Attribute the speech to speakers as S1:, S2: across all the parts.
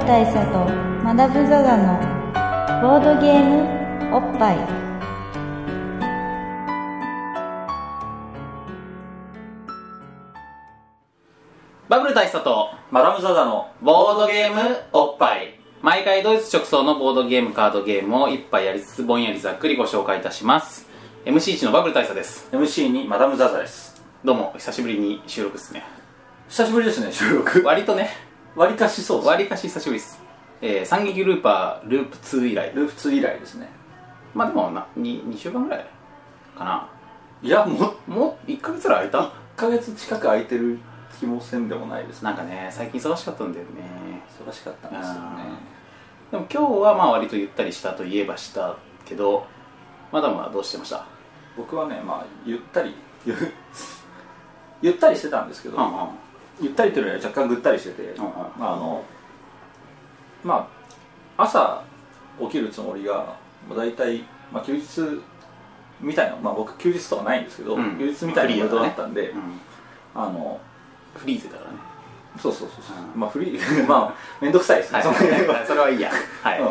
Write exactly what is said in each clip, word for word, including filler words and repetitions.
S1: 大佐とマダム・ザ・ザのボードゲームおっぱい。
S2: バブル大佐と
S3: マダム・ザ・ザの
S2: ボードゲームおっぱい。毎回ドイツ直送のボードゲームカードゲームを一杯やりつつぼんやりざっくりご紹介いたします。 エムシーいち のバブル大佐です。
S3: エムシー にマダム・ザ・ザです。
S2: どうも久しぶりに収録ですね。
S3: 久しぶりですね、収録。
S2: 割とね、
S3: 割かしそうです。
S2: 割かし久しぶりです。えー、三撃ルーパーループツー以来。
S3: ループツー以来ですね。
S2: まあでもな 2, 2週間ぐらいかな。
S3: いや、もう
S2: もういっかげつぐらい空いた。
S3: いっかげつ近く空いてる気もせんでもないですね。
S2: なんかね、最近忙しかったんだよね。
S3: 忙しかったんですよね。
S2: でも今日はまあ割とゆったりしたといえばしたけど、マダムはどうしてました？
S3: 僕はね、まあゆったりゆ, ゆったりしてたんですけど、
S2: うんうん、
S3: ゆったりというよりは若干ぐったりしてて、うんうん、あのまあ朝起きるつもりがだいたい、まあ、休日みたいな、まあ僕休日とかないんですけど、うん、休日みたいなことだったんで、ね、うん、あの
S2: フリーゼだからね。
S3: そうそうそうそう、うん、まあフリーまあ面倒くさいですね、はい、
S2: それはいいや、はい、
S3: うん、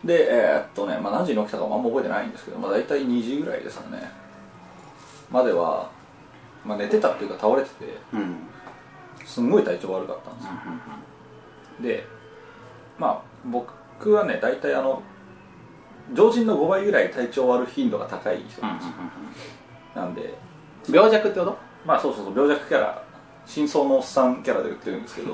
S3: でえー、っとね、まあ、何時に起きたかもあんま覚えてないんですけど、まあ、大体にじぐらいですかねまでは、まあ、寝てたっていうか倒れてて、うん、すんごい体調悪かったんですよ、うんうんうん、でまあ僕はね大体あの常人のごばいぐらい体調悪い頻度が高い人なんですよ、うんうんうん、なんで
S2: 病弱ってこと？
S3: まあそうそうそう、病弱キャラ、真相のおっさんキャラで売ってるんですけど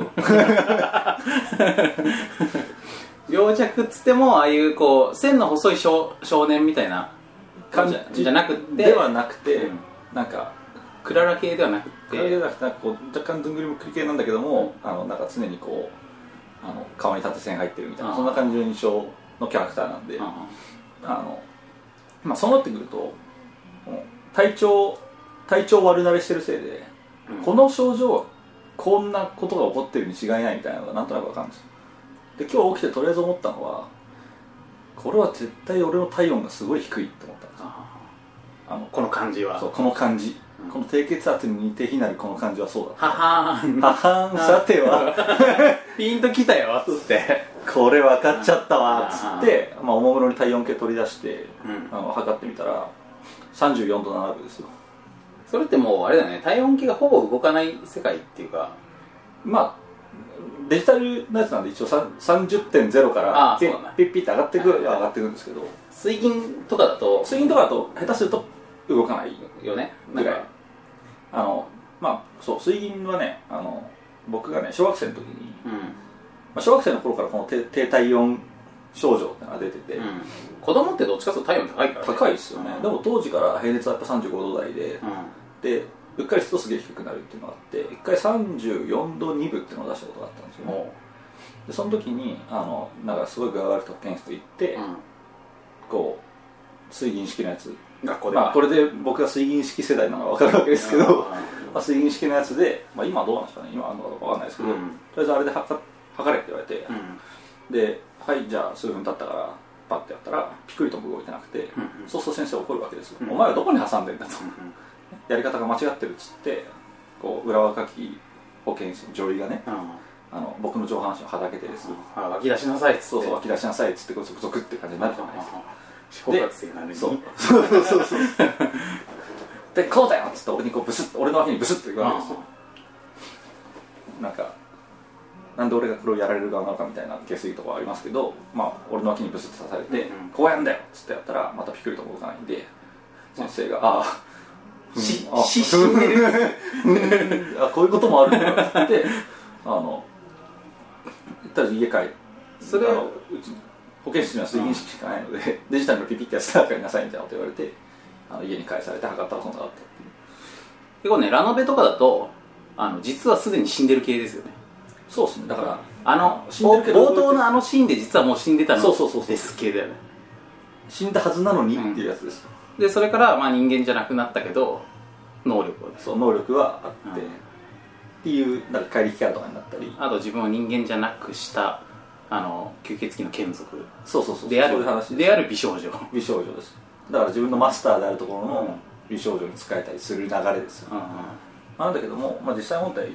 S2: 病弱っつってもああいうこう線の細い 少, 少年みたいな感じじゃなくて
S3: ではなくて、うん、なんか
S2: クララ系ではなくて
S3: クララ系ではなくてなんかこう若干ずんぐりむっくり系なんだけども、うん、あのなんか常にこうあの顔に縦線入ってるみたいな、そんな感じの印象のキャラクターなんで、あのまあそうなってくると体調体調悪慣れしてるせいで、うん、この症状はこんなことが起こってるに違いないみたいなのがなんとなく分かるんですよ。で今日起きてとりあえず思ったのは、これは絶対俺の体温がすごい低いって思ったんですよ。あの
S2: この感じは
S3: そう、この感じ、うん、この低血圧に似て非なるこの感じはそうだった。
S2: ははーん
S3: ははーんさては
S2: ピンときたよっつって
S3: これ分かっちゃったわっつって、まあ、おもむろに体温計取り出して、うん、あの測ってみたらさんじゅうよんどななぶですよ。
S2: それってもうあれだね、体温計がほぼ動かない世界っていうか、
S3: まあデジタルのやつなんで一応 さんじゅってんゼロ からピッピッピッって上がってくる、はいはい、上がってくるんですけど、
S2: 水銀とかだと
S3: 水銀とかだと下手すると動かない
S2: よね
S3: ぐらい。あのまあそう、水銀はね、あの僕がね小学生の時に、うん、まあ、小学生の頃からこの 低, 低体温症状ってのが出てて、うん、
S2: 子供ってどっちかというと体温高いからね。
S3: 高いですよね、うん、でも当時から平熱はやっぱさんじゅうごど台で、うん、でうっかりするとすげえ低くなるっていうのがあって、一回さんじゅうよんどにぶっていうのを出したことがあったんですよね。でその時にあのなんかすごい具合悪くて保健室行って、うん、こう水銀式のやつ、
S2: 学校では、
S3: まあ、これで僕が水銀式世代なのが分かるわけですけど、まあ、水銀式のやつで、まあ、今はどうなんですかね、今はあるのかどうか分かんないですけど、うん、とりあえずあれで測れって言われて、うん、ではいじゃあ数分経ったからパッてやったらピクリとも動いてなくて、うん、そうすると先生怒るわけですよ、うん、お前はどこに挟んでんだと、うん、やり方が間違ってるっつってこう裏若き保健師の女医がね、うん、あの僕の上半身をはだけてですよ、
S2: うん、湧き出しなさいっつって、
S3: そうそう湧き出しなさいっつってゾクゾクって感じになるじゃないですか。
S2: 小学生なのに
S3: そうそうそうそうそうでこうだよっつって俺にこうブスッ、俺の脇にブスッと言われるんですよ。なんかなんで俺がこれをやられる側なのかみたいな下水とかありますけど、まあ俺の脇にブスッと刺されて、うんうん、こうやんだよっつってやったらまたピクリとも動かないんで、先生がああ
S2: し死んでる
S3: あこういうこともあるんだっつってあのとりあえず家帰って、それはうち保健室には水銀式しかないので、うん、デジタルのピピってやつだからなさいみたいなこと言われて、あの家に帰されて測ったらそんなだったっていう。
S2: 結構ね、ラノベとかだとあの実はすでに死んでる系ですよね。
S3: そうですね、だから
S2: あの冒頭のあのシーンで実はもう死んでたのです系だよね。
S3: 死んだはずなのにっていうやつです、
S2: うん、でそれからまあ人間じゃなくなったけど能力は、ね、
S3: そう能力はあって、うん、っていうなんか怪力キャラとかになったり、
S2: あと自分を人間じゃなくしたあの吸血鬼の眷属
S3: そうそうそう
S2: である
S3: そういう話
S2: である美少女
S3: 美少女です。だから自分のマスターであるところの美少女に仕えたりする流れですよ、うんうん、なんだけども、まあ、実際問題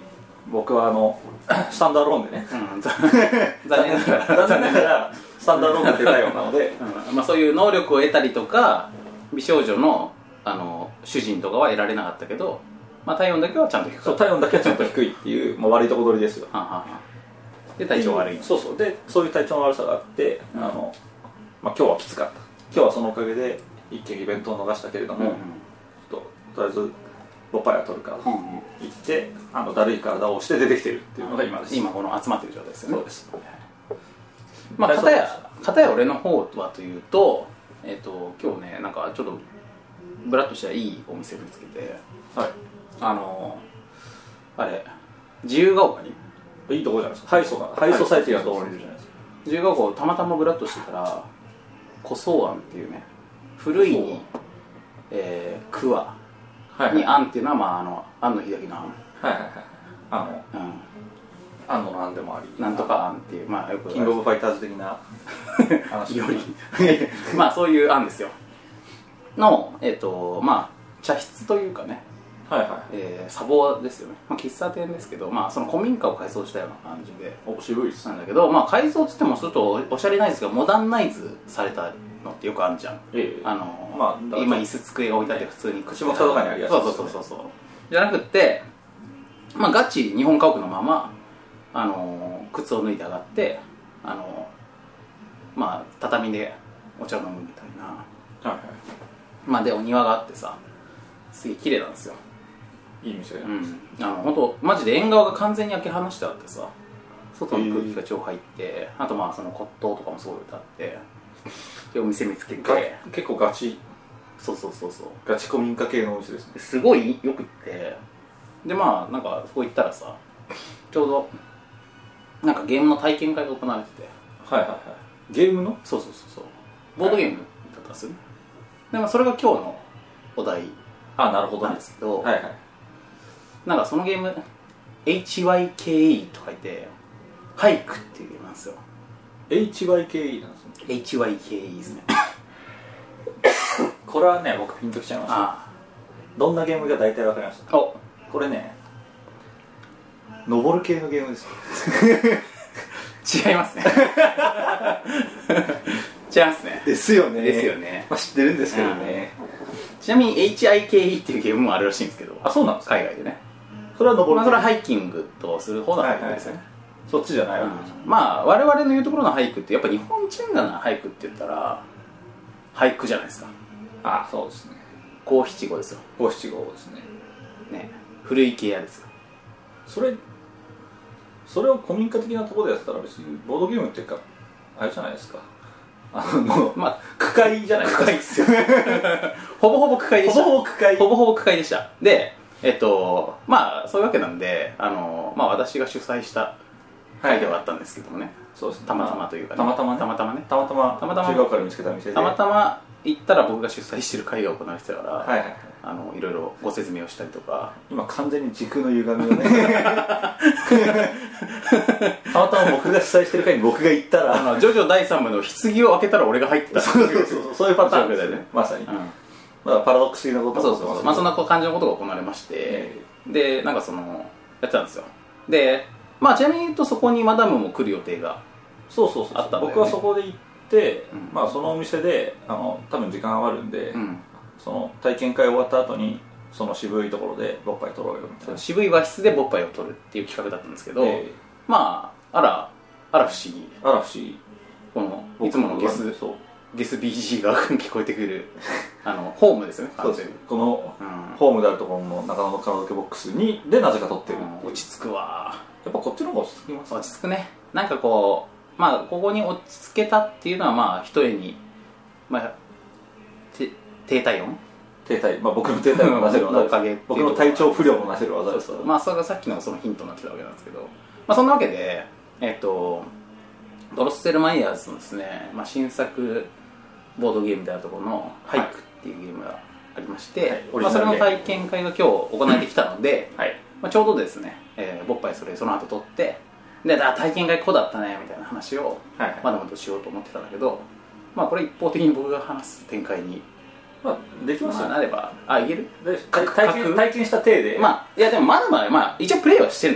S3: 僕はあのスタンドアローンでね、
S2: うん、残念ながら
S3: 残念ながらスタンドアローンが出たようなので、
S2: うんまあ、そういう能力を得たりとか美少女のあの主人とかは得られなかったけど、まあ、体温だけはちゃんと低かった。
S3: そう体温だけはちゃんと低いっていう、まあ、悪いとこ取りですよ。
S2: はんはんはんで体調悪い。
S3: そうそうでそういう体調の悪さがあって、うん、あのまあ、今日はきつかった。今日はそのおかげで一件イベントを逃したけれども、うんうん、と, とりあえずボッパイは取るから、うんうん、行ってあのだるい体を押して出てきてるっていうのが今です。
S2: 今この集まってる状態ですよね。
S3: そうです。
S2: まあ片や片や俺の方はというと、えっ、ー、と今日ねなんかちょっとブラッとしたいいお店見つけて、
S3: はい、
S2: あのあれ自由が丘に
S3: いいとこじゃないですか。ハイソがハイソサイティが通れるじゃないですか。
S2: 自由が丘をたまたまブラッとしてたら古草庵っていうね古いに、えー、桑に庵っていうのは、まあ、あの庵の秀樹の庵、
S3: はいはいはい、あの、うん、庵野の庵でもあり
S2: なんとか庵っていう、まあ、よく
S3: キングオブファイターズ的な話
S2: よりまあそういう庵ですよの、えーとまあ、茶室というかね、
S3: はいはい
S2: えー、茶房ですよね、まあ、喫茶店ですけど、まあ、その古民家を改装したような感じで
S3: お渋いです
S2: なんだけど、まあ、改装っつってもちょっとおしゃれナイズがモダンナイズされたのってよくあるじゃん、
S3: ええ、
S2: あの、
S3: まあ、
S2: 今椅子机が置いてあって普通に
S3: 口元とかにあるやつです、
S2: ね、そうそうそうそうじゃなくって、まあ、ガチ日本家屋のままあの靴を脱いで上がってあの、まあ、畳でお茶を飲むみたいな、
S3: はいはい、
S2: まあ、でお庭があってさすげえ綺麗なんですよ。
S3: いい店だよ、
S2: うん、あの本当マジで縁側が完全に開け放してあってさ外の空気が超入って、あとまあその骨董とかもすごい歌ってでお店見つけて
S3: 結構ガチ
S2: そうそうそうそう
S3: ガチ古民家系のお店ですね。
S2: すごいよくってでまあなんかそこ行ったらさちょうどなんかゲームの体験会が行われてて
S3: はいはいはいゲームの
S2: そうそうそうそうボードゲームだったんですよね、でまあそれが今日のお題
S3: あなるほど
S2: なんですけど、
S3: はいはい、なん
S2: かそのゲーム エイチワイケーイー と書いて俳句っていうゲームなんですよ。
S3: エイチワイケーイー なんですね。
S2: エイチワイケーイー ですね
S3: これはね僕ピンときちゃいました。あどんなゲームか大体わかりました。おこれね登る系のゲームです
S2: 違いますね違いますね
S3: ですよね
S2: ですよね、
S3: まあ、知ってるんですけどね、
S2: うん、ちなみに エイチアイケーイー っていうゲームもあるらしいんですけど。
S3: あそうなんですか。
S2: 海外でね
S3: それは登る、
S2: まあ、それはハイキングとする方なんですよね、はいはいはい、
S3: そっちじゃないわけです、
S2: うん、まあ我々の言うところの俳句ってやっぱ日本人がな俳句って言ったら俳句じゃないですか。
S3: あそうですね
S2: 五七五ですよ。
S3: 五七五ですね。
S2: ね古い系やですよ。
S3: それそれを古民家的なところでやってたら別にボードゲームっていうかあれじゃないですか。あのまあ区会じゃないですか。区会ですよ
S2: ほぼほぼ区会でした。
S3: ほぼほぼ区会
S2: ほぼほぼ区会でした。でえっとまあそういうわけなんであのまあ私が主催した会ではあったんですけどもね、はい、
S3: そうですね、
S2: たまたまというか、ね、
S3: たまたまね
S2: たまたまね
S3: たまたま
S2: たまたま
S3: 中学から見つけた店で
S2: たまたま行ったら僕が主催してる会が行われてたから、
S3: はいはいはい、
S2: あのいろいろご説明をしたりとか。
S3: 今完全に時空の歪みをねたまたま僕が主催してる会に僕が行ったら
S2: あのジョジョだいさん部の棺を開けたら俺が入ってた
S3: そうそうそうそういうパターンですよねまさに、うん、まだパラドックス的なこと
S2: もそうそうそう、まあ、そんな感じのことが行われまして、えー、でなんかそのやってたんですよ。でまあちなみに言うとそこにマダムも来る予定が
S3: そうそうそう
S2: あったんだよね。
S3: 僕はそこで行ってうん、まあそのお店であの多分時間余るんで、うん、その体験会終わった後にその渋いところでボッパイ取ろうよみたいな。
S2: 渋い和室でボッパイを取るっていう企画だったんですけど、えー、まああらあら不思議
S3: あら不思議
S2: このいつものゲスゲス ビージー が聞こえてくるあのホームですよね。
S3: そうですこの、うん、ホームであるところの中野のカラオケボックスにでなぜか撮ってる、
S2: うん、落ち着くわ。
S3: やっぱこっちの方が落ち着きます、ね、
S2: 落ち着くね。なんかこうまあここに落ち着けたっていうのはまあ一重にまあ低体温
S3: 低体まあ僕の低体温をなせる技です。僕の体調不良もなせる技です。
S2: そうそうまあそれがさっきのそのヒントになってたわけなんですけど、まあそんなわけでえっとドロッセルマイヤーズのですね、まあ、新作ボードゲームであるところの俳句っていうゲームがありまして、はいまあ、それの体験会が今日行われてきたので、はいまあ、ちょうどですね、えー、ボッパイそれその後撮ってでだ体験会こうだったねみたいな話をまだまだしようと思ってたんだけど、まあこれ一方的に僕が話す展開に、
S3: まあ、できますよ、
S2: まあ、なればあいける
S3: 体験体験した体で
S2: まあいやでもまだまだまあ一応プレイはしてるんだよね。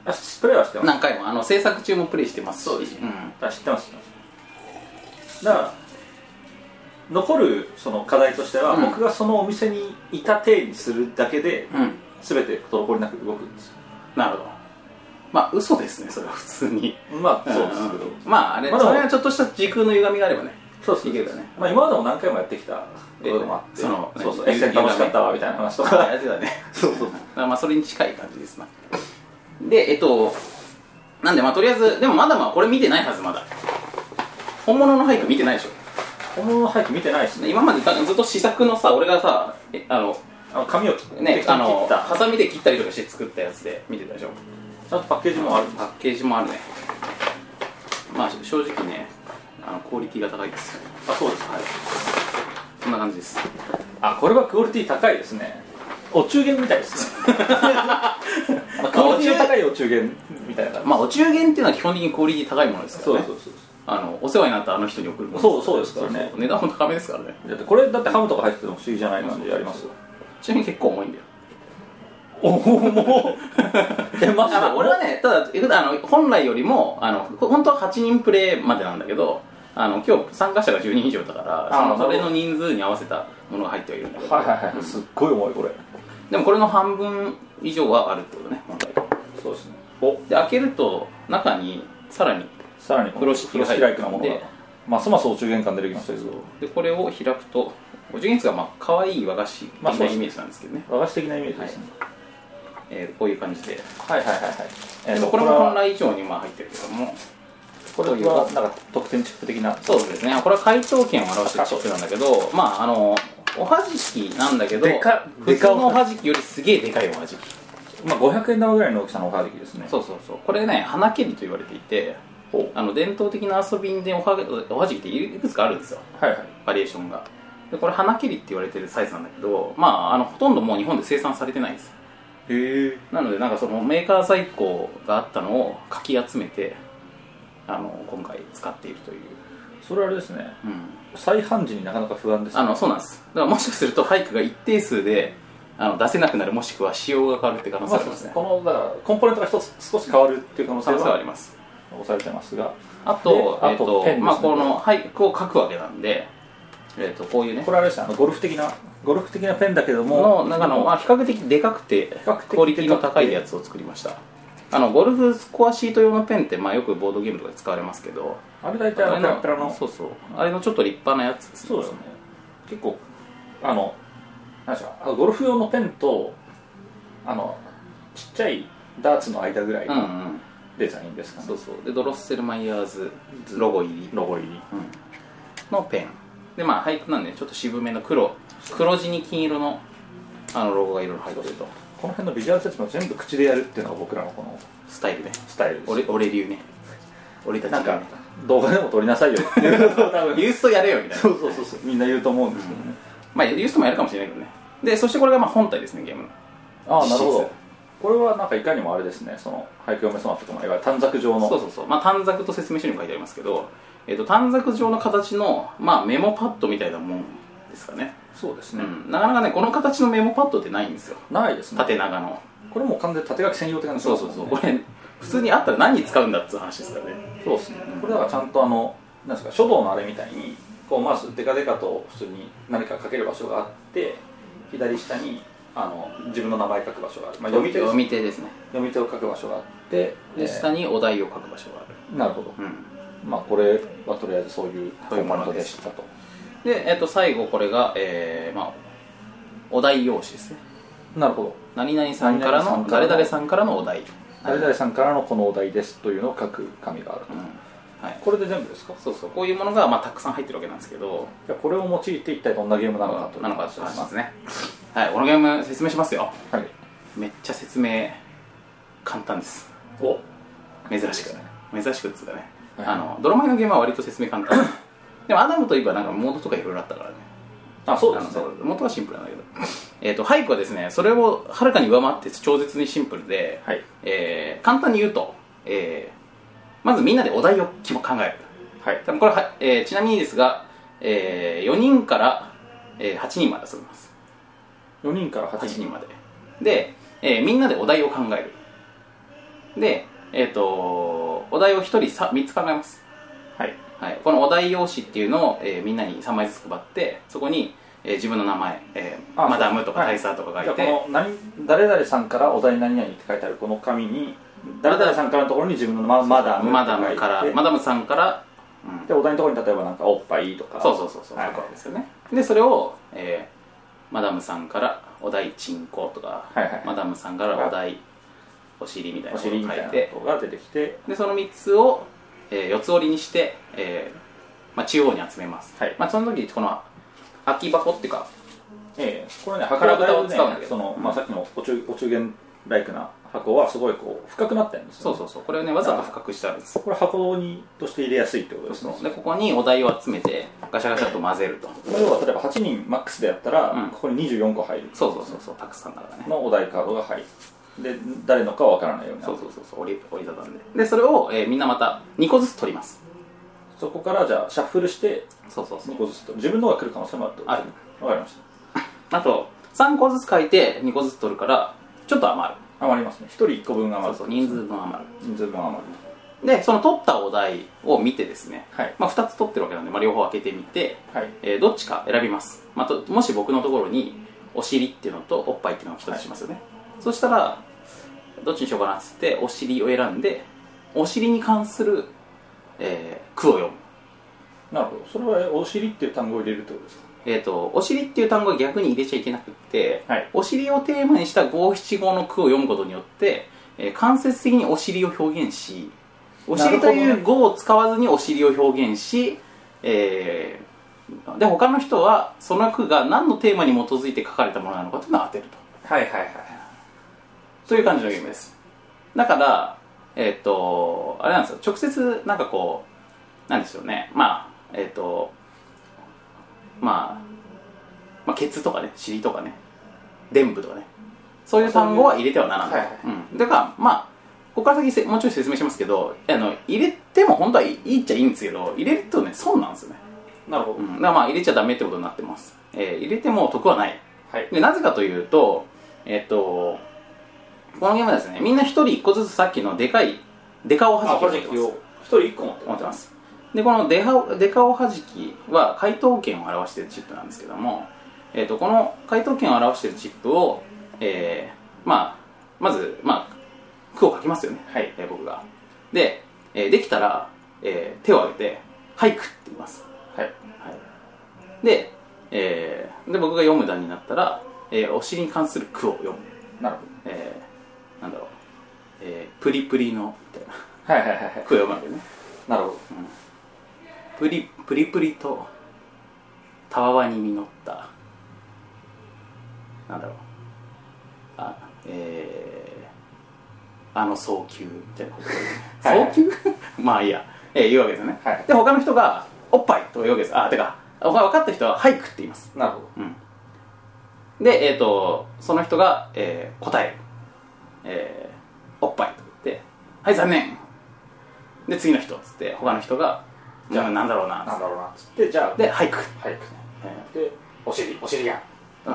S3: あプレイはしてます。
S2: 何回もあの制作中もプレイしてますし。
S3: そうです、
S2: うん、
S3: あ知ってます知ってますだから残るその課題としては、うん、僕がそのお店にいた体にするだけで、うん、全て滞りなく動くんですよ。
S2: なるほど。まあ嘘ですねそれは普通に。
S3: まあそうですけど、うん、
S2: まああれ、まあ、それはちょっとした時空の歪みがあればね。
S3: そうですね。まあ今までも何回もやってきたこともあって、そのそうそうエッセン楽しかったわみたいな話とか
S2: やってたね。
S3: そうそう。
S2: まあそれに近い感じですな。でえっとなんでまあとりあえずでもまだまあこれ見てないはずまだ。本物の俳句見てないでしょ。
S3: 本物の俳句見てないですね。
S2: 今までずっと試作のさ俺がさえあの
S3: あの紙を切って
S2: ねあのハサミで切ったりとかして作ったやつで見てたでしょ。
S3: ちゃんとパッケージもある。
S2: パッケージもあるね。まあ正直ねあのクオリティが高いですよ。
S3: あそうです。はい。
S2: こんな感じです。
S3: あこれはクオリティ高いですね。お中元みたいですね。クオリティ高いお中元みたいな。
S2: まあお中元っていうのは基本的にクオリティ高いものですからね。
S3: そうそうそう。
S2: あのお世話になったあの人に送るもの。
S3: そうそうですからね。
S2: 値段も高めですからね。
S3: だってこれだってハムとか入ってても不思議じゃないのでやりますよ。
S2: ちなみに結構重いんだよ。
S3: おおもうえマジで
S2: 俺はねただ普段あの本来よりもあの本当ははちにんプレイまでなんだけどあの今日参加者がじゅうにん以上だからそのそれの人数に合わせたものが入ってはいるんだけど、
S3: はいはいはい、うん、すっごい重いこれ。
S2: でもこれの半分以上はあるってことね本来。
S3: そうですね。
S2: おで開けると中にさらに
S3: さらに
S2: 風呂敷が入って
S3: なものがますますお中元感出てきましたけど、
S2: でこれを開くとお中元っていうかまあ可愛い和菓子的なイメージなんですけどね、
S3: まあ、和菓子的なイメージですね、
S2: はいえー、こういう感じで
S3: はいはいはいはい、
S2: えー、とこれも本来以上にまあ入ってるけども
S3: これはなんか特典チップ的な。
S2: そうですねこれは回答権を表すチップなんだけどまああのおはじきなんだけど
S3: でか
S2: 普通のおはじきよりすげえでかいおはじき、
S3: まあ、ごひゃくえん玉ぐらいの大きさのおはじきですね。
S2: そうそうそうこれね花蹴りと言われていてあの伝統的な遊びでおはおはじきっていくつかあるんですよ、はいはい、バリエーションが。でこれ花蹴りって言われてるサイズなんだけどまああのほとんどもう日本で生産されてないんです。
S3: へえ。
S2: なのでなんかそのメーカー在庫があったのをかき集めてあの今回使っているという。
S3: それはあれですね、
S2: うん、
S3: 再販時になかなか不安ですね。
S2: あのそうなんです。だからもしかすると俳句が一定数であの出せなくなるもしくは仕様が変わるって可能性がありますね。
S3: このだからコンポーネントが一つ少し変わるっていう可能性は
S2: あります。
S3: 押されてますが
S2: あと、えーと
S3: とね、
S2: まあ、この俳句を書くわけなんで、えー、とこういうね
S3: これあれですねあのゴルフ的なゴルフ的なペンだけども
S2: の中の、まあ、比較的でかくてクオリティの高いやつを作りました。あのゴルフスコアシート用のペンって、まあ、よくボードゲームとかで使われますけど
S3: あれ大体あのペラペラの
S2: そうそうあれのちょっと立派なやつですね。
S3: そうですね結構あの何でしょうあのゴルフ用のペンとあのちっちゃいダーツの間ぐらいのデザインですかね、
S2: うんうん、そうそうでドロッセルマイヤーズロゴ入り
S3: ロゴ入り、
S2: うん、のペンでまあ俳句なんでちょっと渋めの黒黒地に金色のあのロゴがいろいろ入ってると
S3: この辺のビジュアル説明を全部口でやるっていうのが僕らのこの
S2: スタイルね
S3: スタイルです。
S2: 俺俺流ね俺たち流ね
S3: なんか動画でも撮りなさいよっていうのを多分
S2: ユーストやれよみたいな
S3: そうそうそうそうみんな言うと思うんですけどね、うん、
S2: まあユーストもやるかもしれないけどね。でそしてこれがまあ本体ですねゲームの。
S3: ああなるほど。これはなんかいかにもあれですねその俳句読めそうなところのいわゆる短冊状の
S2: そうそうそうまあ短冊と説明書にも書いてありますけど、えー、と短冊状の形の、まあ、メモパッドみたいなもんですかね。
S3: そうですね、
S2: うん、なかなかねこの形のメモパッドってないんですよ。
S3: ないですね
S2: 縦長の
S3: これもう完全に縦書き専用って感じですね。
S2: そうそうそうこれ普通にあったら何に使うんだっていう話ですからね。
S3: そうですね、うん、これだからちゃんとあのなんですか書道のあれみたいにこうまずデカデカと普通に何か書ける場所があって左下にあの自分の名前書く場所がある、まあ、読み手です、
S2: 読み手ですね。
S3: 読み手を書く場所があって
S2: で下にお題を書く場所がある。
S3: なるほど、うん、まあこれはとりあえずそういうコンポーネントでしたと。
S2: で、えっと、最後これが、えーまあ、お題用紙ですね。
S3: なるほど。
S2: 何々さんからの誰々さんからのお題
S3: 誰々さんからのこのお題ですというのを書く紙があると、うんはい、これで全部ですか。
S2: そうそうこういうものが、まあ、たくさん入ってるわけなんですけど
S3: じゃあこれを用いて一体どんなゲームなのかという
S2: なのかという話ですね。はいこのゲーム説明しますよ、
S3: はい、
S2: めっちゃ説明簡単です。
S3: お
S2: 珍しくね珍しくっつうかね、はい、あの泥米のゲームは割と説明簡単でもアダムといえばなんかモードとかいろいろあったからね。
S3: あそうですね
S2: 元はシンプルなんだけどえーと俳句はですねそれをはるかに上回って超絶にシンプルで、はいえー、簡単に言うと、えー、まずみんなでお題を考える、はい、多分これは、えー、ちなみにですが、えー、よにんから、えー、はちにんまで遊びます。
S3: よにんからはちにん
S2: はちにんまでで、えー、みんなでお題を考えるで、えっ、とお題をひとりさみっつ考えます。
S3: はい、
S2: はい、このお題用紙っていうのを、えーみんなにさんまいずつ配って、そこに、えー自分の名前、えーマダムとか大佐とか書いて、
S3: はい、じゃあこの何誰々さんからお題何々って書いてあるこの紙に誰々さんからのところに自分のママダム
S2: マダムからマダムさんから、
S3: うん、でお題のところに例えばなんかおっぱいとか、
S2: そうそうそうそう、はい、そうですよね。でそれを、えー、マダムさんからお題チンコとか、はいはい、マダムさんからお題お尻みたいなことを書いて、
S3: ことが出てきて、
S2: でそのみっつを、えー、四つ折りにして、えーまあ、中央に集めます、はい、まあ、その時この空き箱っていうか、
S3: えー、これね箱はだいぶね、その、まあ、さっきのお中お中元ライクな箱はすごいこう深くなってるんですよ、ね、
S2: そうそうそう、これをねわざと深くしてあるんです。
S3: これ箱にとして入れやすいってことですね。
S2: そうそう、でここにお題を集めてガシャガシャと混ぜると、
S3: 要は例えばはちにんマックスでやったら、うん、ここににじゅうよんこ入る、
S2: そうそうそうそう、たくさんだからね
S3: のお題カードが入る。で誰のかわからないようになる。
S2: そうそうそう、折り折りたたんで、でそれを、えー、みんなまたにこずつ取ります。
S3: そこからじゃあシャッフルして
S2: そうそうそう
S3: にこずつと自分のが来る可能性もあるってことですね。わかりました。
S2: あとさんこずつ書いてにこずつ取るからちょっと余る。
S3: 余りますね。ひとりいっこぶん余る。
S2: そうそう、人数分余る。
S3: 人数分余
S2: る。でその取ったお題を見てですね、
S3: はい、
S2: まあ、ふたつ取ってるわけなんで、まあ、両方開けてみて、
S3: はい、
S2: えー、どっちか選びます、まあ、ともし僕のところにお尻っていうのとおっぱいっていうのをひとつしますよね、はい、そしたらどっちにしようかなっつってお尻を選んでお尻に関する、えー、句を読む。
S3: なるほど。それはお尻っていう単語を入れるってことですか。
S2: えーと、お尻っていう単語は逆に入れちゃいけなくて、
S3: はい、
S2: お尻をテーマにしたご七五の句を読むことによって、えー、間接的にお尻を表現し、お尻という語を使わずにお尻を表現し、えー、で他の人はその句が何のテーマに基づいて書かれたものなのかというのを当てると。
S3: はいはいはい。
S2: という感じのゲームです。だからえっ、ー、とあれなんですよ。直接なんかこうなんでしょうね。まあえっ、ー、とまあ、まあケツとかね、尻とかね、臀部とかね、そういう単語は入れてはならない。はいはい、うん。だからまあここから先せもうちょい説明しますけど、あの入れても本当はいいっちゃいいんですけど、入れるとね損なんですよね。
S3: なるほど。うん、
S2: だからまあ入れちゃダメってことになってます。えー、入れても得はない。はい、でなぜかというと、えっとこのゲームはですね、みんな一人一個ずつさっきのでかいデカオはじきを
S3: 一人一個持
S2: ってます。でこのデカデカオはじきは回答権を表しているチップなんですけども、えー、とこの回答権を表しているチップを、えーまあ、まず、まあ、句を書きますよね、はいえー、僕がで、えー、できたら、えー、手を挙げて「俳句」って言います、はいはい、で,、えー、で僕が読む段になったら、えー、お尻に関する句を読む。なるほど、えー、なんだろう、えー、プリプリのみたいな、はいはいはい、句を読むわけね。なるほど、うん、プリプリプリとたわわに実ったなんだろうあえー、あの早急みたいなこと早急まあいいや、えー、言うわけですよね、はい、で他の人がおっぱいと言うわけです。あてか分かった人は俳句って言います。なるほど、うん、で、えー、とその人が、えー、答える、えー、おっぱいと言ってはい残念で次の人っつって他の人がじゃあなんだろうな
S3: なんだろうなっつってじゃあ
S2: で俳句
S3: 俳句、えー、でお尻お尻や、
S2: うん、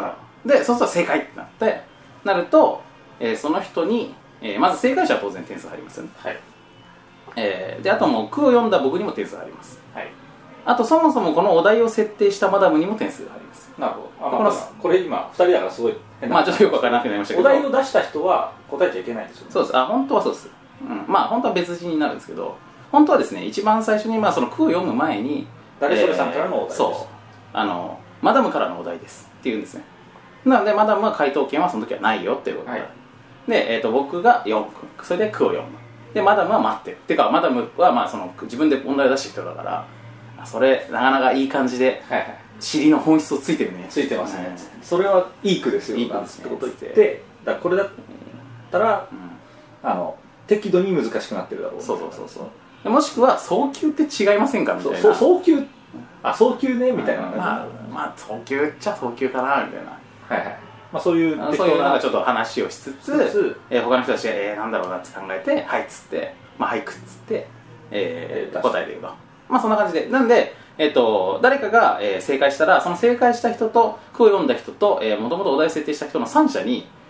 S2: でそうすると正解ってなってなると、えー、その人に、えー、まず正解者は当然点数入りますよね、はいえー、であともう句を読んだ僕にも点数入ります、はい、あとそもそもこのお題を設定したマダムにも点数が入ります。なるほど。あ、まあ、こ, の
S3: これ今ふたりだからすごい変な、
S2: まあちょっとよく分からなくなりましたけど、
S3: お題を出した人は答えちゃいけないんですよね。
S2: そうです。あ本当はそうです、うん、まあ本当は別人になるんですけど、本当はですね一番最初にまあその句を読む前に
S3: 誰それさんからのお題です、
S2: えー、そうあのマダムからのお題ですっていうんですね。なのでマダムは回答権はその時はないよっていうことで、はい、で、えー、と僕が読む、それで句を読む、でマダムは待ってるっていうかマダムはまあその自分で問題を出してきた人だからそれなかなかいい感じで、はいはい、尻の本質をついてるね。
S3: ついてますね、うん、それはいい句ですよいい句ですねってこと言ってだからこれだったら、うん、あの適度に難しくなってるだろう、ね、
S2: そうそうそうそうもしくは早急って違いませんかみたいな。
S3: そう早急あ早急ねみたいな、うん、
S2: まあ、まあ早急っちゃ早急かなみたいな、
S3: はいはい、まあ、そういう
S2: そういうなんかちょっと話をしつつ、えー、他の人たちが、えー、なんだろうなって考えてはいっつって、まあ、俳句っつって、えー、答えていくと。まあそんな感じでなんで、えー、と誰かが、えー、正解したらその正解した人と句を読んだ人ともともとお題を設定した人のさん者に、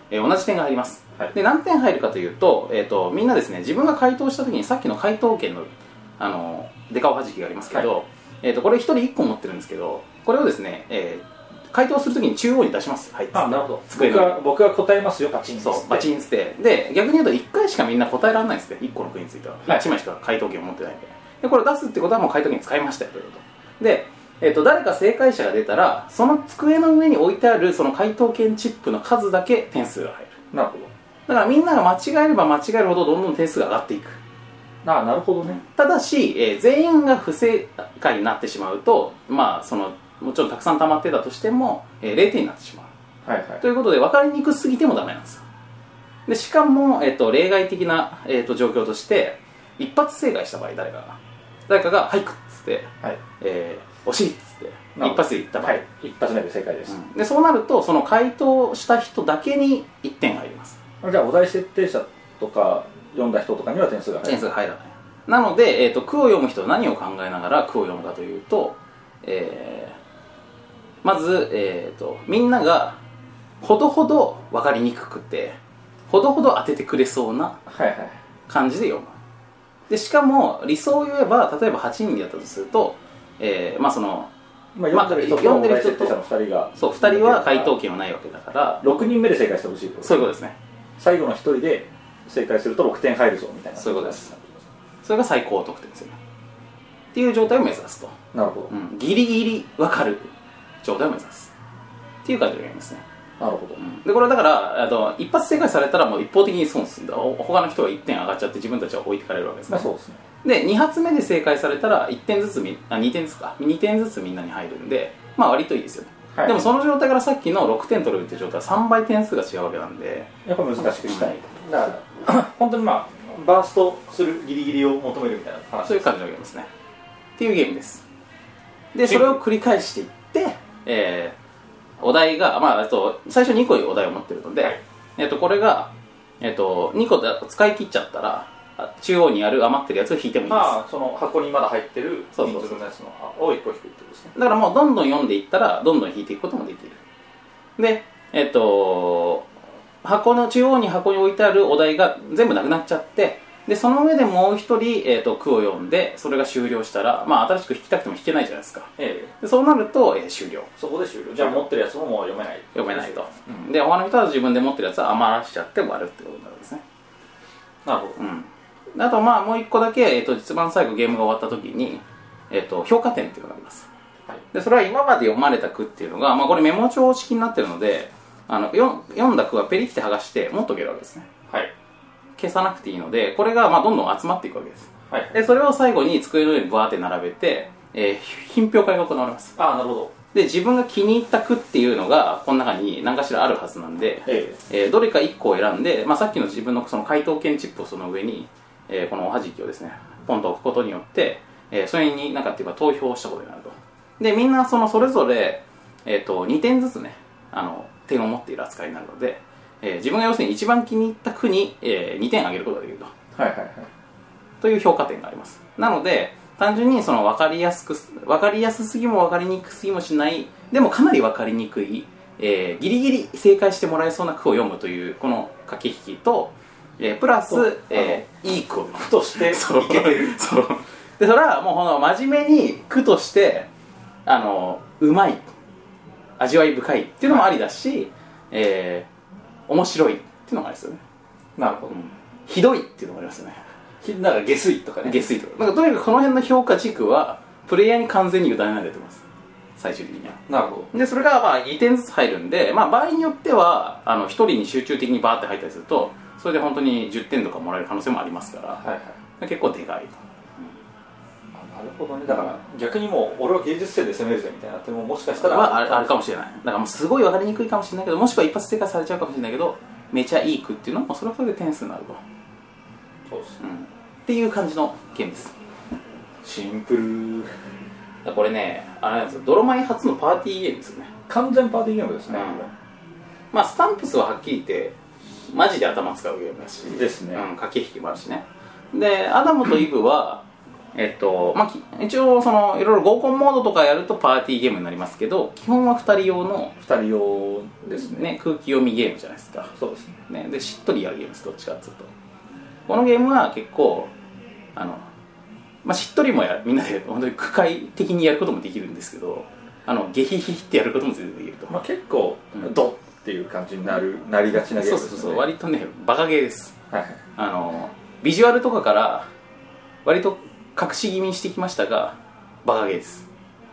S2: えー同じ点が入ります、
S3: はい、
S2: で何点入るかというと、えー、とみんなですね自分が回答した時にさっきの回答権のあのデカオはじきがありますけど、はい、えー、とこれひとりいっこ持ってるんですけど、これをですね、えー、回答するときに中央に出します。はい、
S3: あ、なるほど。僕は僕は答えますよ、パチン
S2: そうパチンつってで、逆に言うといっかいしかみんな答えられないんですね、いっこの国については、はい、いちまいしか回答権を持ってないんで、でこれ出すってことはもう回答権使いましたよということで、えー、と誰か正解者が出たらその机の上に置いてあるその回答権チップの数だけ点数が入る。
S3: なるほど。
S2: だからみんなが間違えれば間違えるほどどんどん点数が上がっていく。
S3: ああ、なるほどね。
S2: ただし、えー、全員が不正解になってしまうと、まあそのもちろんたくさん溜まってたとしても、えー、れいてんになってしまう、はいはい、ということで分かりにくすぎてもダメなんですよ。でしかも、えー、と例外的な、えー、と状況として一発正解した場合、誰かが誰かが「はいく」っつって、はい、えー、惜しいっつって一発で言った場合、はい、
S3: 一発目で正解です、うん、
S2: でそうなるとその回答した人だけにいってん入ります。
S3: じゃあお題設定者とか読んだ人とかには点数が入らない。
S2: 点数が入らない。なので、えー、と句を読む人は何を考えながら句を読むかというと、えー、まず、えー、とみんながほどほど分かりにくくてほどほど当ててくれそうな感じで読む、でしかも理想を言えば例えばはちにんでやったとすると、えー、まあその
S3: まあ、読んでる人とお題設定者のふたりが
S2: そうふたりは回答権はないわけだから
S3: ろくにんめで正解してほしいってことですね。
S2: そういうことですね。
S3: 最後のひとりで正解するとろくてん入るぞみたいな。
S2: そういうことです。それが最高得点ですよねっていう状態を目指すと。
S3: なるほど、
S2: うん、ギリギリ分かる状態を目指すっていう感じのゲームですね。
S3: なるほど、
S2: うん、でこれだからあと一発正解されたらもう一方的に損するんだ。他の人がいってん上がっちゃって自分たちは置いてかれるわけですね。
S3: まあ、そうですね。
S2: でに発目で正解されたらいってんずつみあにてんずつかにてんずつみんなに入るんで、まあ割といいですよね、はい、でもその状態からさっきのろくてん取れるっていう状態はさんばい点数が違うわけなんで
S3: やっぱ難しくしたい、うん、だから本当にまあバーストするギリギリを求めるみたいな話。
S2: そういう感じのゲームですねっていうゲームです。でそれを繰り返していって、えー、お題が、まあ、あと最初にこお題を持ってるので、はい、えー、とこれが、えー、とにこ使い切っちゃったら中央にある余ってるやつを引いてもいいです。
S3: まあその箱にまだ入ってる人数のやつのをいっこ引くってことですね。
S2: だからもうどんどん読んでいったらどんどん引いていくこともできる。でえっと箱の中央に箱に置いてあるお題が全部なくなっちゃって、でその上でもう一人、えー、と句を読んでそれが終了したら、まあ、新しく引きたくても引けないじゃないですか、ええ、でそうなると、えー、終了。
S3: そこで終了。じゃあ持ってるやつももう読めない
S2: 読めないと、うん、で他の人は自分で持ってるやつは余らしちゃって終わるってことになるんですね。
S3: なるほど、
S2: うん、あとまあもう一個だけ、えー、と一番最後ゲームが終わった時に、えー、と評価点っていうのがあります、はい、でそれは今まで読まれた句っていうのが、まあ、これメモ帳式になってるのであのよ読んだ句はペリって剥がして持っとけるわけですね、はい、消さなくていいのでこれがまあどんどん集まっていくわけです、はい、でそれを最後に机の上にバーって並べて、えー、品評会が行われます。
S3: ああ、なるほど。
S2: で自分が気に入った句っていうのがこの中に何かしらあるはずなんで、えええー、どれかいっこを選んで、まあ、さっきの自分のその回答権チップをその上に、えー、このおはじきをですねポンと置くことによって、えー、それに何かっていうか投票したことになると。でみんなそのそれぞれ、えー、とにてんずつねあの点を持っている扱いになるので、えー、自分が要するに一番気に入った句に、えー、にてんあげることができると、はいはいはい、という評価点があります。なので単純にその分かりやすく分かりやすすぎも分かりにくすぎもしないでもかなり分かりにくい、えー、ギリギリ正解してもらえそうな句を読むというこの駆け引きと、えー、プラス、えー、いい句を
S3: 句としていけてる
S2: そうでそれはもうこの真面目に句としてあのうまい味わい深いっていうのもありだし、はい、えー、面白いっていうのもありですよね。
S3: なるほど、うん、
S2: ひどいっていうのもありますよね。
S3: なんか下水とかね。
S2: 下水とか。なんかとにかくこの辺の評価軸はプレイヤーに完全に委ねられてます。最終的には。
S3: なるほど。
S2: でそれがまあにてんずつ入るんで、まあ場合によってはあのひとりに集中的にバーって入ったりすると、それで本当にじゅってんとかもらえる可能性もありますから、はいはい、結構でかいと。うん、
S3: あ、なるほどね。だから逆にもう俺は芸術性で攻めるぜみたいなってももしかしたら
S2: はある、あるかもしれない。だからもうすごい分かりにくいかもしれないけど、もしくは一発正解されちゃうかもしれないけど、めちゃいい句っていうのもそれはそれで点数になると。
S3: そうですね。うん
S2: っていう感じのゲームです。
S3: シンプル。
S2: これね、あれなんですよ、ドロマイ初のパーティーゲームですよね。
S3: 完全パーティーゲームですね、うん、
S2: まあスタンプスははっきり言ってマジで頭使うゲームだし
S3: ですね、
S2: うん、駆け引きもあるしね。でアダムとイブはえっとまあ、き一応そのいろいろ合コンモードとかやるとパーティーゲームになりますけど、基本はふたり用の、
S3: ふたり用ですね。
S2: ね、空気読みゲームじゃないですか。
S3: そうですね。
S2: ね、でしっとりやるゲームです、どっちかっていうと。このゲームは結構あの、まあ、しっとりもやみんなで本当に苦快的にやることもできるんですけど、あのゲヒヒってやることも全然できると。
S3: まあ、結構、うん、ドッっていう感じになる、なりがちなゲームですね。
S2: そうそうそう、割とねバカゲーです、
S3: はいはい、
S2: あのビジュアルとかから割と隠し気味にしてきましたがバカゲーです。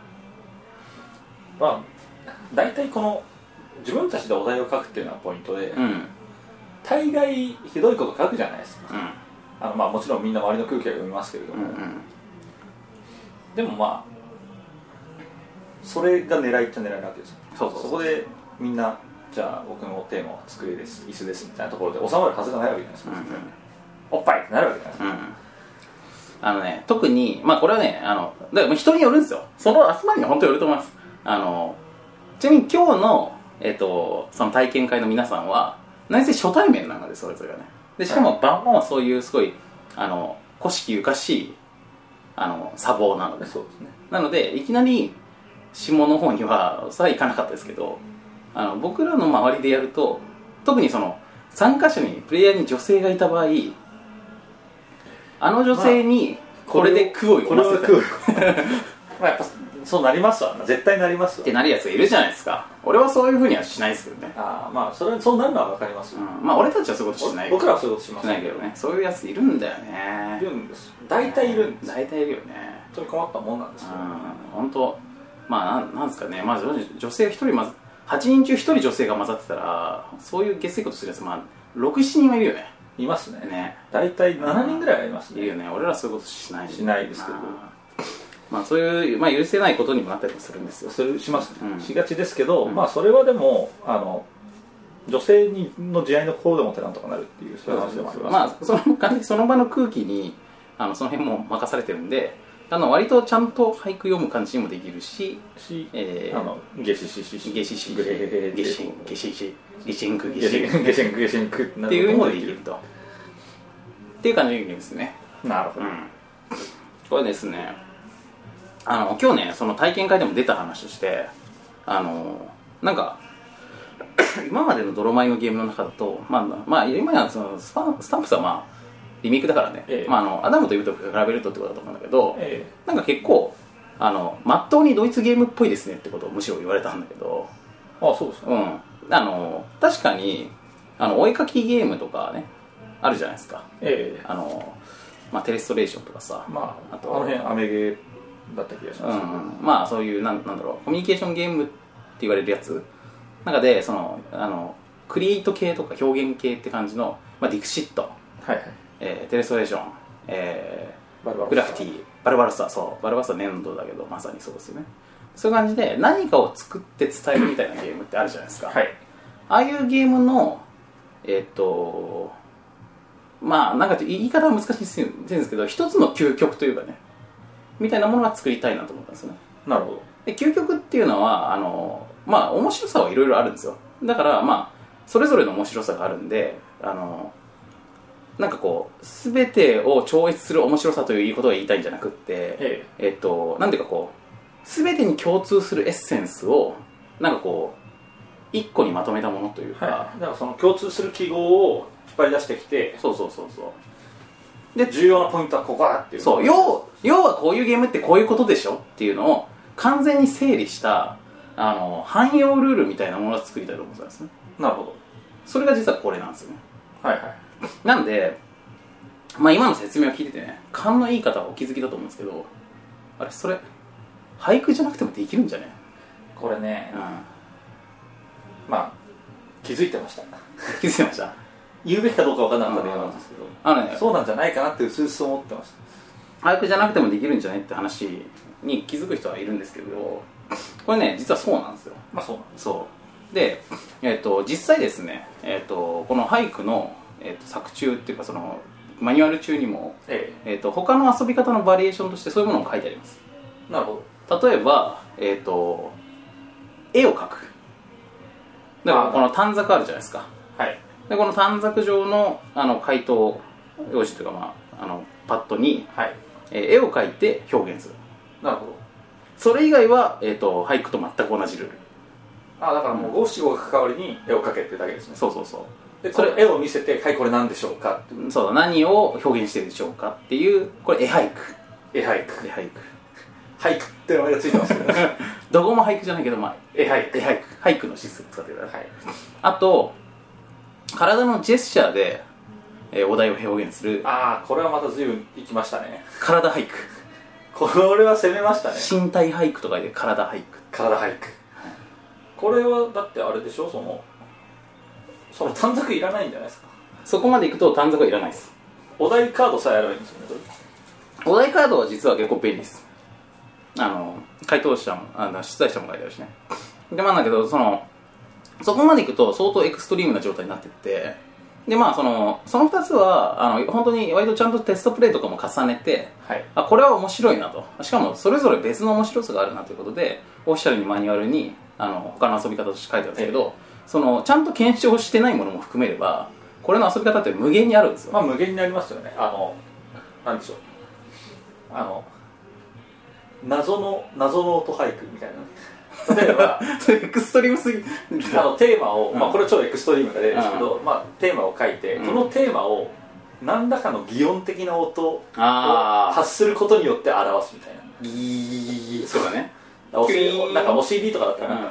S3: まあ大体この自分たちでお題を書くっていうのがポイントで、うん、大概ひどいこと書くじゃないですか、うん、あのまあもちろんみんな周りの空気は読みますけれども、うんうん、でもまあそれが狙いっちゃ狙いなわけですよ。そうそうそう、そこでみんなじゃあ僕のテーマは机です、椅子ですみたいなところで収まるはずがないわけじゃないですか、うんうん、おっぱいってなるわけじゃないですか、
S2: うん、あのね、特にまあこれはね、あのだから人によるんですよ。その集まりには本当によると思います。あのちなみに今日の、えー、とその体験会の皆さんは何せ初対面なので、それぞれがね、でしかもバンバンはそういうすごいあの古式ゆかしいあの砂防なので、そうですね、なのでいきなり下の方にはそれはいかなかったですけど、あの僕らの周りでやると、特にその参加者にプレイヤーに女性がいた場合、あの女性にこれで句を読ませた、
S3: まあやっぱそうなりますわ、絶対なりますわ
S2: ってなるやつがいるじゃないですか。俺はそういうふうにはしないですけどね。
S3: ああ、まあそれそうなるのは分かります、うん、
S2: まあ俺たちはそういうことしない、
S3: 僕らはそういうことします、
S2: しないけどね、そういうやついるんだよね。
S3: いるんです、大体いるんです、
S2: 大体いるよね。
S3: 本当に困ったもんなんですけど、ね、
S2: 本当まあなんなんですかね、まあ女性ひとりまずはちにん中ひとり女性が混ざってたら、そういう下水ことするやつ、まあろく、しちにんはいるよね。
S3: いますね。ね、大体ななにんぐらいはいますね。
S2: いるよね。俺らそういうことしない
S3: しないですけど、
S2: まあそういう、まあ、許せないことにもなったりもするんですよ。
S3: それしますね、うん、しがちですけど、うん、まあそれはでもあの女性にの慈愛の心でもってなんとかなるっていうそういう話でもあります。
S2: まあその感じ、その場の空気にあのその辺も任されてるんで、あの割とちゃんと俳句読む感じにもできるし、
S3: し、えー、あのゲシシシシ
S2: ゲシシシゲシゲシゲシシゲシンクゲシン
S3: クゲシンクゲシンク
S2: っていうのもできるとっていう感じですね。
S3: なるほど、うん、
S2: これですね、あの今日ねその体験会でも出た話として、あのなんか今までの泥米のゲームの中だと、まあ、まあ今やそのスパスタンプスはまあリメイクだからね、ええ、まあ、あのアダムとイブと比べるとってことだと思うんだけど、ええ、なんか結構あのまっとうにドイツゲームっぽいですねってことをむしろ言われたんだけど、
S3: ああそうですか、
S2: うん、あの確かにあのお絵かきゲームとかねあるじゃないですか、ええ、あのまあ、テレストレーションとかさ、
S3: まあ、あとあの辺アメゲーだった気がします、ね、
S2: うん、まあそういうなんなんだろうコミュニケーションゲームって言われるやつ中でそのあのクリエイト系とか表現系って感じの、まあ、ディクシット、はいはい、えー、テレストレーション、えー、グラフィティ、バルバルスター、そうバルバルスター粘土だけどまさにそうですよね。そういう感じで何かを作って伝えるみたいなゲームってあるじゃないですか、はい、ああいうゲームのえー、っとまあなんか言い方は難しいんですけど、一つの究極というかねみたいなものが作りたいなと思ったんですよね。
S3: なるほど。
S2: で究極っていうのはあのまあ面白さはいろいろあるんですよ。だからまあそれぞれの面白さがあるんで、あのなんかこう全てを超越する面白さということが言いたいんじゃなくって、えええっとなんていうかこう全てに共通するエッセンスをなんかこう一個にまとめたものというか、
S3: はい、だからその共通する記号を引っ張り出してきて、
S2: そうそうそうそう
S3: で重要なポイントはここだっていう、
S2: そう 要, 要はこういうゲームってこういうことでしょっていうのを完全に整理したあの汎用ルールみたいなものを作りたいと思うんですね。
S3: なるほど。
S2: それが実はこれなんですよね。
S3: はいはい。
S2: なんで、まあ、今の説明を聞いててね勘のいい方はお気づきだと思うんですけど、あれそれ俳句じゃなくてもできるんじゃね
S3: これね、うん、まあ気づいてました
S2: 気づいてました
S3: 言うべきかどうか分からなかったでなんですけど、あの、ね、そうなんじゃないかなってうすうす思ってました。
S2: 俳句じゃなくてもできるんじゃないって話に気づく人はいるんですけど、これね実はそうなんですよ。
S3: まあそうなんです。
S2: そうで、えー、と実際ですね、えー、とこの俳句の、えー、と作中っていうかそのマニュアル中にも、えええー、と他の遊び方のバリエーションとしてそういうものが書いてあります。
S3: なるほど。
S2: 例えば、えー、と絵を描く。だからこの短冊あるじゃないですか。はい。でこの短冊状のあの回答用紙というか、まあ、あのパッドに、はい、 えー絵を描いて表現する。
S3: なるほど。
S2: それ以外は、えー、と俳句と全く同じルール。
S3: あだからもう五七五が書く代わりに絵を描けっていうだけですね。
S2: そうそうそう。
S3: でそれ絵を見せて、はいこれ何でしょうかっていう。
S2: そうだ、何を表現してるでしょうかっていう、これ絵俳句。
S3: 絵俳句。
S2: 絵俳句。
S3: 俳句って名前がついてますけどね。
S2: どこも俳句じゃないけど、まあ、
S3: 絵俳句。
S2: 絵俳句。俳句のシステム使ってください。
S3: はい。
S2: あと、体のジェスチャーで、えーお題を表現する
S3: ああこれはまた随分いきましたね。
S2: 体俳句。
S3: これは攻めましたね。
S2: 身体俳句とかで体俳句。
S3: 体俳句。これはだってあれでしょ、そのその短冊いらないんじゃないですか。
S2: そこまでいくと短冊はいらないです。
S3: お題カードさえあればいいんですよね。
S2: お題カードは実は結構便利です。あの回答者もあの出題者も書いてあるしね。でまあだけどそのそこまでいくと相当エクストリームな状態になっていって、でまあそのそのふたつはあの本当に割とちゃんとテストプレイとかも重ねて、
S3: はい、
S2: あこれは面白いなと、しかもそれぞれ別の面白さがあるなということでオフィシャルにマニュアルにあの他の遊び方として書いてあるんですけど、ええ、そのちゃんと検証してないものも含めればこれの遊び方って無限にあるんですよ。
S3: まあ無限になりますよね。あのなんでしょう、あの謎の謎の音俳句みたいな。例えば
S2: それエクストリームすぎ
S3: あのテーマを、
S2: うん、
S3: まあこれ超エクストリームが例ですけど、
S2: うん、
S3: まあテーマを書いて、うん、このテーマを何らかの擬音的な音を発することによって表すみたいな。
S2: ギーそうだね。
S3: おしなんかお シーディー とかだったらなんか、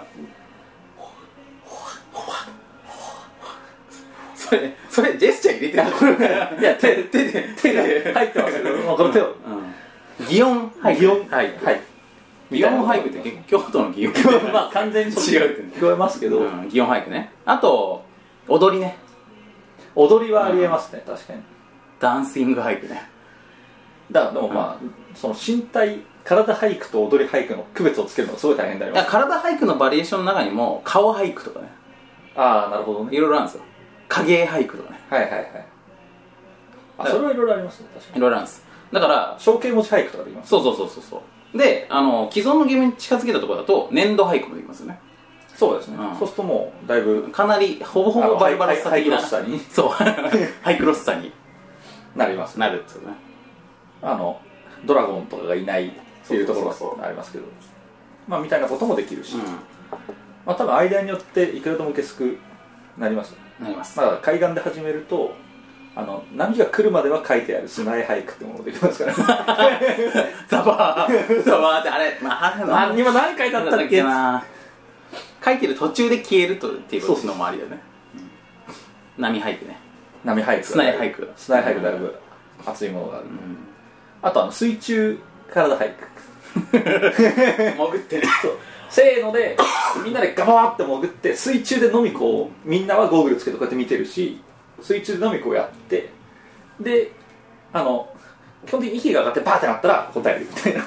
S2: うん、それそれジェスチャー入れてる。いや手手で
S3: 手で入ってますけど、まあこの手を、
S2: うん、擬音俳句。
S3: 擬音はいはい。
S2: 擬音俳句って結局京都の擬音
S3: まあ完全に
S2: 違うって
S3: 聞こえますけど、
S2: うん、擬音俳句ね。あと踊りね。
S3: 踊りはありえますね、うん、確かに。
S2: ダンシング俳句ね。
S3: だからでもまあ、うん、その身体体俳句と踊り俳句の区別をつけるのがすごい大変になります。
S2: 体俳句のバリエーションの中にも顔俳句とかね。
S3: ああなるほどね。
S2: いろいろあるんですよ。影絵俳句とかね。
S3: はいはいはい。あそれはいろいろありますね、確かに。
S2: いろいろあるんです。だから
S3: 象形文字俳句とかできます。
S2: そうそうそうそうそう。で、あの既存のゲームに近づけたところだと粘土俳句もできますよね。
S3: そうですね、
S2: うん、
S3: そうするともうだいぶ
S2: かなりほぼほぼバルバラス的な
S3: ハイクロスさに
S2: そうハイクロスさに
S3: なります、
S2: なるんですよね。
S3: あのドラゴンとかがいないっていうところがありますけど、まあみたいなこともできるし、うん、まあ多分アイデアによっていくらでも受けすくなります。
S2: なります。
S3: まあ海岸で始めるとあの波が来るまでは書いてある砂絵俳句ってものできますから
S2: ザバーザバーってあれ、まあ、
S3: 何にも何書いてあったっけな。
S2: 書いてる途中で消えるとっていうのもありだよね。うん、波俳句ね。
S3: 波俳句
S2: 砂絵俳句
S3: 砂絵俳句だいぶ熱いものがある、うん、あとあの水中体俳句
S2: 潜ってね
S3: そうせーのでみんなでガバーって潜って水中でのみこうみんなはゴーグルつけてこうやって見てるし水中でのみこうやってであの基本的に息が上がってバーってなったら答えるみたい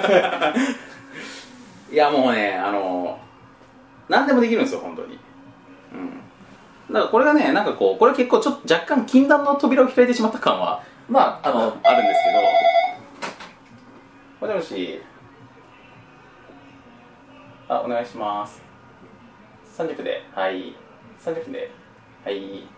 S3: ない
S2: やもうねあの何でもできるんですよ本当に。うん、だからこれがねなんかこうこれ結構ちょっと若干禁断の扉を開いてしまった感は
S3: まああの
S2: あるんですけど。もしもしあお願いします。さんじゅっぷんではいさんじゅっぷんではい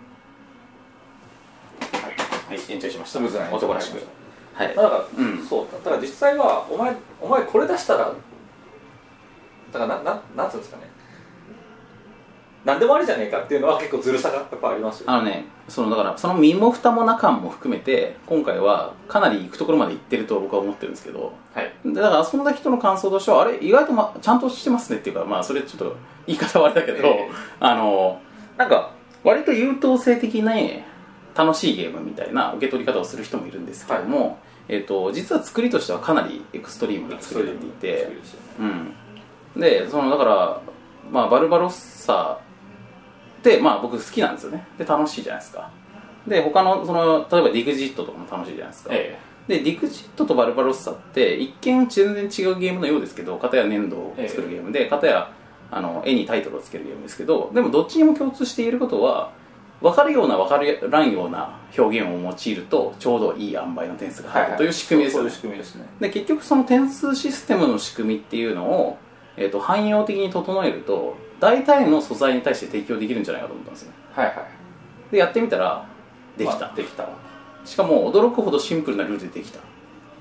S2: はい延長しました。男らしく。はい。
S3: だから、うん、そうだから実際はお前お前これ出したらだからなななんつうんですかね。何でもありじゃねえかっていうのは結構ずるさがやっぱありますよ。
S2: あのねそのだからその身も蓋もな感も含めて今回はかなり行くところまで行ってると僕は思ってるんですけど、はい、だから遊んだ人の感想としてはあれ意外と、ま、ちゃんとしてますねっていうかまあそれちょっと言い方はあれだけど、えー、あのなんか割と優等生的な楽しいゲームみたいな受け取り方をする人もいるんですけども、はいえー、と実は作りとしてはかなりエクストリームに作られていて、うん、でそのだから、まあ、バルバロッサで、まあ、僕好きなんですよね。で楽しいじゃないですか。で他のその例えばディグジットとかも楽しいじゃないですか、ええ、でディグジットとバルバロッサって一見全然違うゲームのようですけど片や粘土を作るゲームで、ええ、片やあの絵にタイトルをつけるゲームですけどでもどっちにも共通して言えることは分かるような分からんような表現を用いるとちょうどいい塩梅の点数が入るという仕組みですよね。で結局その点数システムの仕組みっていうのを、えー、と汎用的に整えると大体の素材に対して提供できるんじゃないかと思ったんですね。はいはい。でやってみたらできた、まあ、できた。しかも驚くほどシンプルなルールでできた。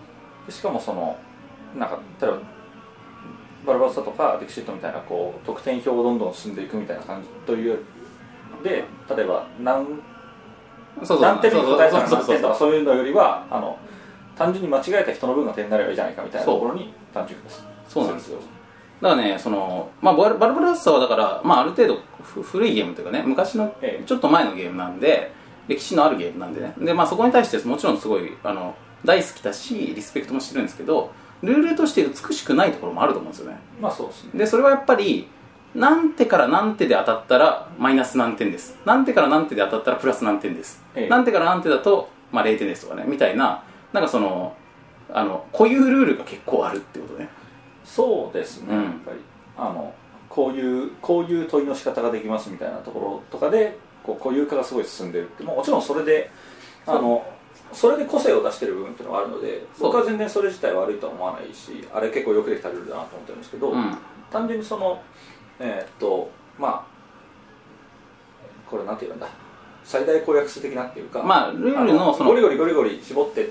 S3: でしかもそのなんか例えばバルバロッサとかディクシットみたいなこう得点表をどんどん進んでいくみたいな感じというで、例えば何
S2: そうそう
S3: 何点に答えたら
S2: そうそうそう
S3: 何点とかそういうのよりはあの単純に間違えた人の分が点になればいいじゃないかみたいなところに単純化する。
S2: そうなんですよ。だからね、そのまあ、バルバルロッサはだから、まあ、ある程度古いゲームというかね、昔のちょっと前のゲームなんで、歴史のあるゲームなんでね、で、まあ、そこに対してもちろんすごいあの大好きだしリスペクトもしてるんですけど、ルールとして美しくないところもあると思うんですよね。
S3: まあそうですね。
S2: でそれはやっぱり何手から何手で当たったらマイナス何点です、何手から何手で当たったらプラス何点です、
S3: ええ、
S2: 何手から何手だと、まあ、れいてんですとかね、みたいな、なんかそのあの固有ルールが結構あるってことね。
S3: そうですね、
S2: うん、
S3: やっぱりあのこういうこういう問いの仕方ができますみたいなところとかでこう固有化がすごい進んでるって、もちろんそれであのそれで個性を出してる部分っていうのがあるので、僕は全然それ自体悪いとは思わないし、あれ結構よくできたルールだなと思ってるんですけど、
S2: うん、
S3: 単純にそのえー、っとまあこれなんていうんだ、最大公約数的なっていうか、
S2: まあルールのその
S3: ゴリゴリゴリゴリ絞っていって、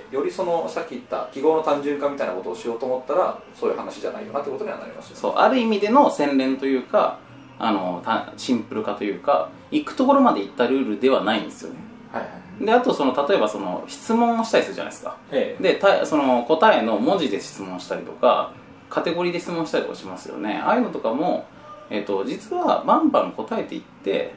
S3: よりそのさっき言った記号の単純化みたいなことをしようと思ったらそういう話じゃないよなってことにはなりますよね。
S2: そう、ある意味での洗練というか、あのシンプル化というか、行くところまで行ったルールではないんですよね。
S3: はいはい、
S2: であとその例えばその質問をしたりするじゃないですか、
S3: ええ、
S2: でたその答えの文字で質問したりとかカテゴリーで質問したりとかしますよね。ああいうのとかも、えー、と実はバンバン答えていって、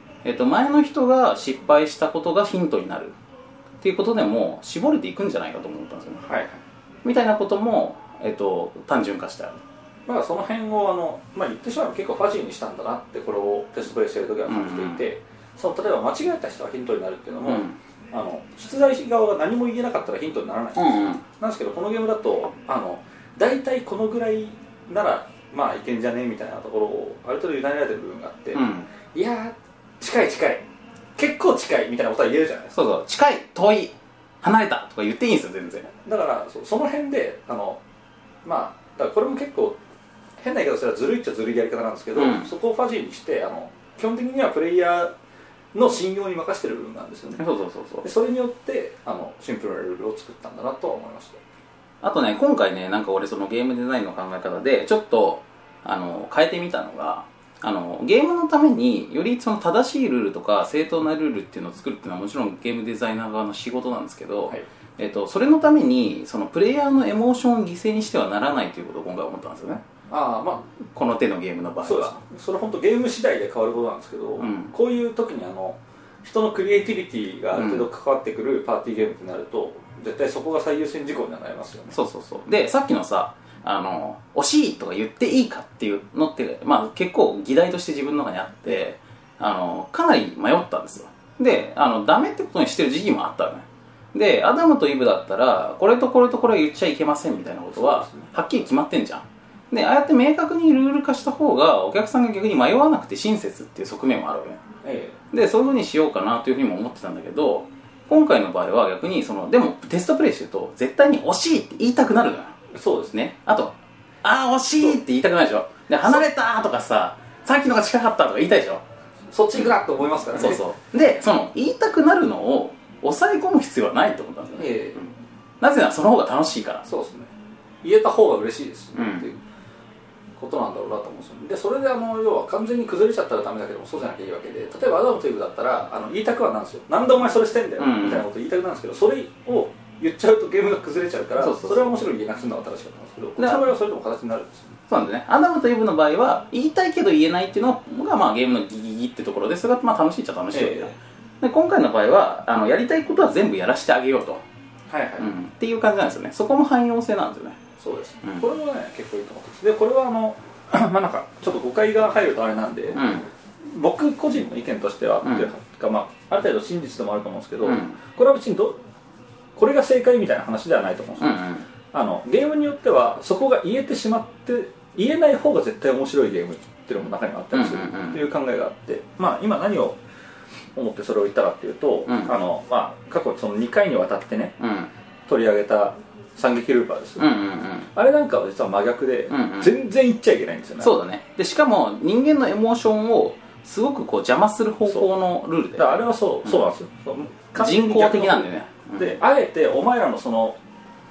S2: えー、と前の人が失敗したことがヒントになるっていうことでも絞れていくんじゃないかと思ったんですよね、
S3: はいはい、
S2: みたいなことも、えー、と単純化してある。
S3: まあその辺をあの、まあ、言ってしまえば結構ファジーにしたんだなってこれをテストプレイしてる時は感じていて、うんうん、その例えば間違えた人はヒントになるっていうのも、うん、あの出題側が何も言えなかったらヒントにならないんですよ、うんうん、なんですけどこのゲームだとあの大体このぐらいならまあいけんじゃねえみたいなところをある程度委ねられてる部分があって、うん、いやー近い近い結構近いみたいなことは言えるじゃないですか。
S2: そうそう、近い遠い離れたとか言っていいんですよ全然。
S3: だから そ, その辺であのまあだからこれも結構変な言い方すればずるいっちゃずるいやり方なんですけど、うん、そこをファジーにしてあの基本的にはプレイヤーの信用に任せてる部分なんですよね。
S2: そうそうそうそう。
S3: でそれによってあのシンプルなルールを作ったんだなとは思いました。
S2: あとね、今回ね、なんか俺そのゲームデザインの考え方でちょっとあの変えてみたのが、あのゲームのためによりその正しいルールとか正当なルールっていうのを作るっていうのはもちろんゲームデザイナー側の仕事なんですけど、はい、えっと、それのためにそのプレイヤーのエモーションを犠牲にしてはならないということを今回思ったんですよね。
S3: あ、まあ、
S2: この手のゲームの場合は。
S3: そうだ、それ本当ゲーム次第で変わることなんですけど、うん、こういう時にあの人のクリエイティビティがある程度関わってくるパーティーゲームってなると、うん、絶対そこが最優先事項にはなりますよね。
S2: そうそうそう。でさっきのさ、あの惜しいとか言っていいかっていうのって、まあ、結構議題として自分の中にあって、あのかなり迷ったんですよ。であのダメってことにしてる時期もあったのね。でアダムとイブだったらこれとこれとこれは言っちゃいけませんみたいなことは、ね、はっきり決まってんじゃん。でああやって明確にルール化した方がお客さんが逆に迷わなくて親切っていう側面もあるわけね、ええ、でそういうふうにしようかなというふうにも思ってたんだけど、今回の場合は逆にそのでもテストプレイしてると絶対に惜しいって言いたくなるのよ。そうですね。あとあー惜しいって言いたくないでしょ。で離れたとかさ、さっきのが近かったとか言いたいでしょ。
S3: そっち行くなって思いますからね。
S2: そうそうでその言いたくなるのを抑え込む必要はないと思ったんですよね、えーうん、なぜならその方が楽しいから。
S3: そうですね、言えた方が嬉しいです、ね、うん、っていうことなんだろうなと思うんですよ。でそれであの要は完全に崩れちゃったらダメだけどもそうじゃなきゃいいわけで、例えばアダムとイブだったらあの言いたくはなんですよ。なんでお前それしてんだよ、うん、みたいなこと言いたくなるんですけど、それを言っちゃうとゲームが崩れちゃうから、そうそうそう、それは面白い言えなくするのが正しかったんですけど、こっちの場合はそれとも形になるんですよね。
S2: そうなんでね、アダムとイブの場合は言いたいけど言えないっていうのが、まあ、ゲームのギギギってところで、それがまあ楽しいっちゃ楽しいわけだ、えー、で今回の場合はあのやりたいことは全部やらせてあげようと、
S3: はいはい、
S2: うん、っていう感じなんですよね。そこも汎用性なんですよね。
S3: そうです、うん、これもね結構いいと思ってます。でこれはあのまあなんかちょっと誤解が入るとあれなんで、うん、僕個人の意見としては、うん、っていうか、まあ、ある程度真実でもあると思うんですけど、うん、これは別にどこれが正解みたいな話ではないと思うんですよ、うんうん、あのゲームによってはそこが言えてしまって言えない方が絶対面白いゲームっていうのも中にはあったりするっていう考えがあって、まあ、今何を思ってそれを言ったかっていうと、うん、あのまあ、過去そのにかいにわたってね、うん、取り上げた惨劇ルーパーですよ、うんうんうん、あれなんかは実は真逆で、うんうん、全然言っちゃいけないんですよね。
S2: そうだね。でしかも人間のエモーションをすごくこう邪魔する方向のルールで、
S3: あれはそう、そうなんですよ、
S2: 人工的なんでね、
S3: うん、であえてお前らのその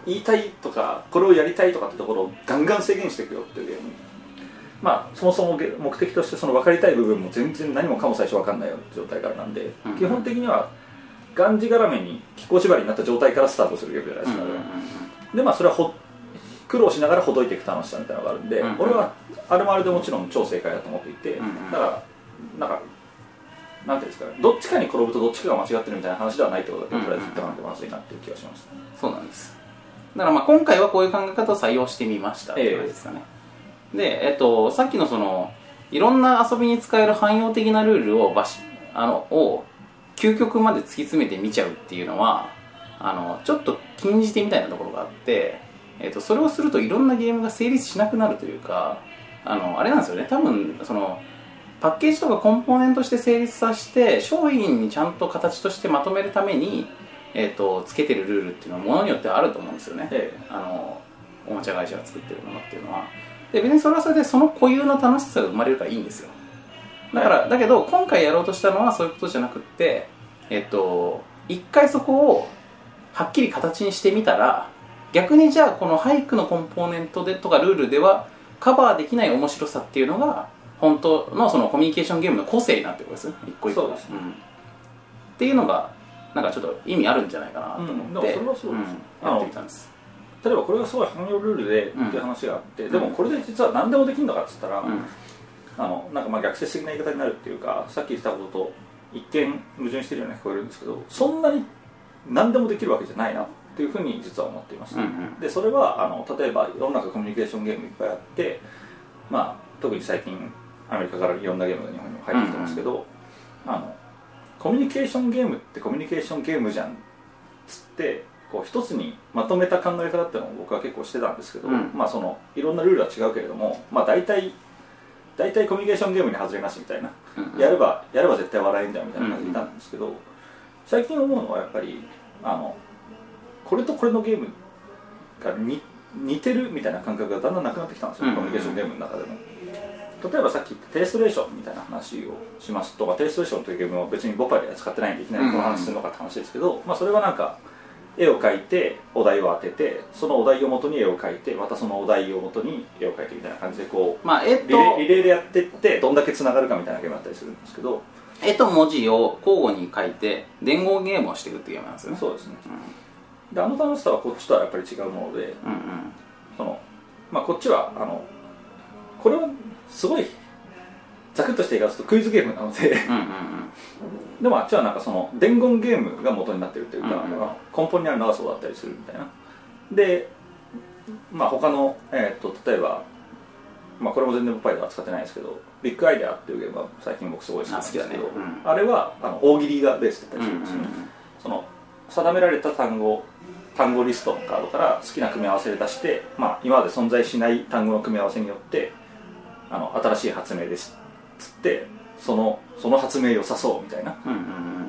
S3: 言いたいとかこれをやりたいとかってところをガンガン制限していくよっていうゲーム。まあそもそも目的としてその分かりたい部分も全然何もかも最初分かんないよって状態からなんで、うん、基本的にはがんじがらめに気候縛りになった状態からスタートするゲームじゃないですか、ね、うん、でまあそれはほ苦労しながらほどいていく楽しさみたいなのがあるんで、うん、俺はあれもあれでもちろん超正解だと思っていて、うん、だからなんかなんていうんですかね、どっちかに転ぶとどっちかが間違ってるみたいな話ではないってことだけど、とりあえず言ってもらってまずいなっていう気がしました、ね、
S2: そうなんです。だからまあ今回はこういう考え方を採用してみましたっていう感じですかね、えー、で、えっと、さっきのそのいろんな遊びに使える汎用的なルールをバシあのを究極まで突き詰めてみちゃうっていうのはあのちょっと禁じ手みたいなところがあって、えっと、それをするといろんなゲームが成立しなくなるというか、あのあれなんですよね、多分そのパッケージとかコンポーネントとして成立させて商品にちゃんと形としてまとめるために、えー、とつけてるルールっていうのはものによってはあると思うんですよね、ええ、あのおもちゃ会社が作ってるものっていうのは。で別にそれはそれでその固有の楽しさが生まれるからいいんですよ。だから、はい、だけど今回やろうとしたのはそういうことじゃなくって、えっ、ー、と一回そこをはっきり形にしてみたら逆にじゃあこの俳句のコンポーネントでとかルールではカバーできない面白さっていうのが本当のそのコミュニケーションゲームの個性になってるわけです一個一個、そうです、うん、っていうのがなんかちょっと意味あるんじゃないかなと思って、うん、それはそうです、うん、やってみたんです。
S3: 例えばこれがすごい汎用ルールでっていう話があって、うん、でもこれで実は何でもできるのかっつったら、うん、あのなんかまあ逆説的な言い方になるっていうか、さっき言ったことと一見矛盾してるように聞こえるんですけど、そんなに何でもできるわけじゃないなっていうふうに実は思っていました、うんうん、でそれはあの例えば世の中コミュニケーションゲームいっぱいあって、まあ、特に最近アメリカからいろんなゲームが日本にも入ってきてますけど、うんうん、あのコミュニケーションゲームってコミュニケーションゲームじゃんっつってこう一つにまとめた考え方っていうのを僕は結構してたんですけど、うん、まあそのいろんなルールは違うけれども、まあ、大体大体コミュニケーションゲームに外れなしみたいな、うんうん、やればやれば絶対笑えんじゃんみたいな感じでいたんですけど、うんうん、最近思うのはやっぱりあのこれとこれのゲームがに似てるみたいな感覚がだんだんなくなってきたんですよ、うんうん、コミュニケーションゲームの中でも。例えばさっき言ったテイストレーションみたいな話をしますと、まあ、テイストレーションというゲームは別にボパでは使ってないんでいきなりこの話するのかって話ですけど、うんうん、まあ、それはなんか絵を描いてお題を当てて、そのお題を元に絵を描いて、またそのお題を元に絵を描いてみたいな感じでこう、まあえっと、リレー、リレーでやっていってどんだけつながるかみたいなゲームだったりするんですけど、
S2: 絵と文字を交互に書いて伝言ゲームをしていくっていうゲームなんですよね。
S3: そうですね、うん、であの楽しさはこっちとはやっぱり違うもので、うんうん、そのまあ、こっちはあのこれはすごいざくっとして描くとクイズゲームなので、うんうんうん、でもあっちはなんかその伝言ゲームが元になっているというか、うんうん、根本にあるのがそうだったりするみたいな。で、まあ、他の、えー、と例えば、まあ、これも全然僕パイでは使ってないですけど、ビッグアイデアっていうゲームは最近僕すごい好きなんですけど、あ、ね、うん、あれはあの大喜利がベースだったりするんですよね、うんうんうん、その定められた単語単語リストのカードから好きな組み合わせで出して、まあ、今まで存在しない単語の組み合わせによってあの新しい発明ですつってそのその発明を良さそうみたいな、うんうんうん、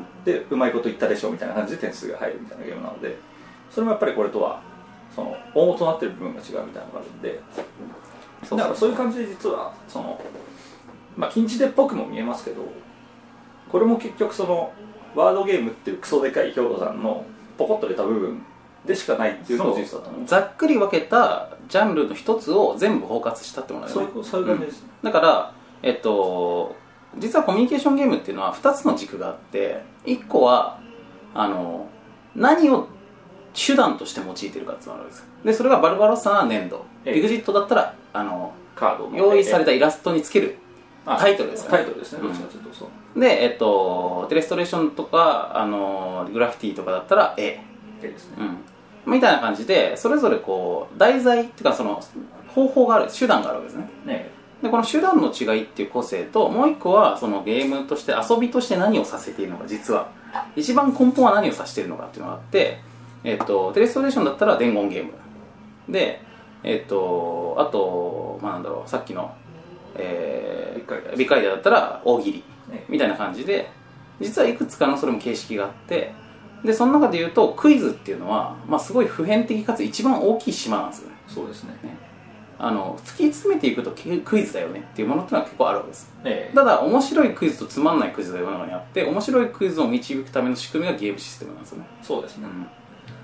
S3: でうまいこと言ったでしょみたいな感じで点数が入るみたいなゲームなので、それもやっぱりこれとはその大元となっている部分が違うみたいなのがあるんで、だからそういう感じで実はその、まあ、近似手っぽくも見えますけど、これも結局そのワードゲームっていうクソでかい兵庫さんのポコッと出た部分でしかないっていうのも事実だと思う。
S2: ざっくり分けたジャンルの一つを全部包括したってものだよね。
S3: そういう、そういう感じです、
S2: うん、だからえっと実はコミュニケーションゲームっていうのはふたつの軸があって、いっこはあの何を手段として用いているかっていうのがあるんです。でそれがバルバロッサな粘土、ええ、エグジットだったらあの
S3: カード
S2: 用意されたイラストにつけるタイトルですよね。
S3: タイトルですね、どっちかというとそう。
S2: で、えっと、テレストレーションとかあのグラフィティとかだったら絵、
S3: 絵ですね、
S2: うん、みたいな感じでそれぞれこう題材っていうかその方法がある、手段があるわけですね。ね、でこの手段の違いっていう個性と、もう一個はそのゲームとして遊びとして何をさせているのか、実は一番根本は何を指しているのかっていうのがあって、えっと、テレストレーションだったら伝言ゲームで、えっと、あと、まあ、なんだろう、さっきの、えー、ビッグアイデアだったら大喜利みたいな感じで、実はいくつかのそれも形式があって、でその中でいうとクイズっていうのは、まあ、すごい普遍的かつ一番大きい島なんですよね。
S3: そうですね。
S2: ね、あの突き詰めていくとクイズだよねっていうものっていうのは結構あるわけです、
S3: ええ、
S2: ただ面白いクイズとつまんないクイズが世の中にあって、面白いクイズを導くための仕組みがゲームシステムなんですよね。
S3: そうですね、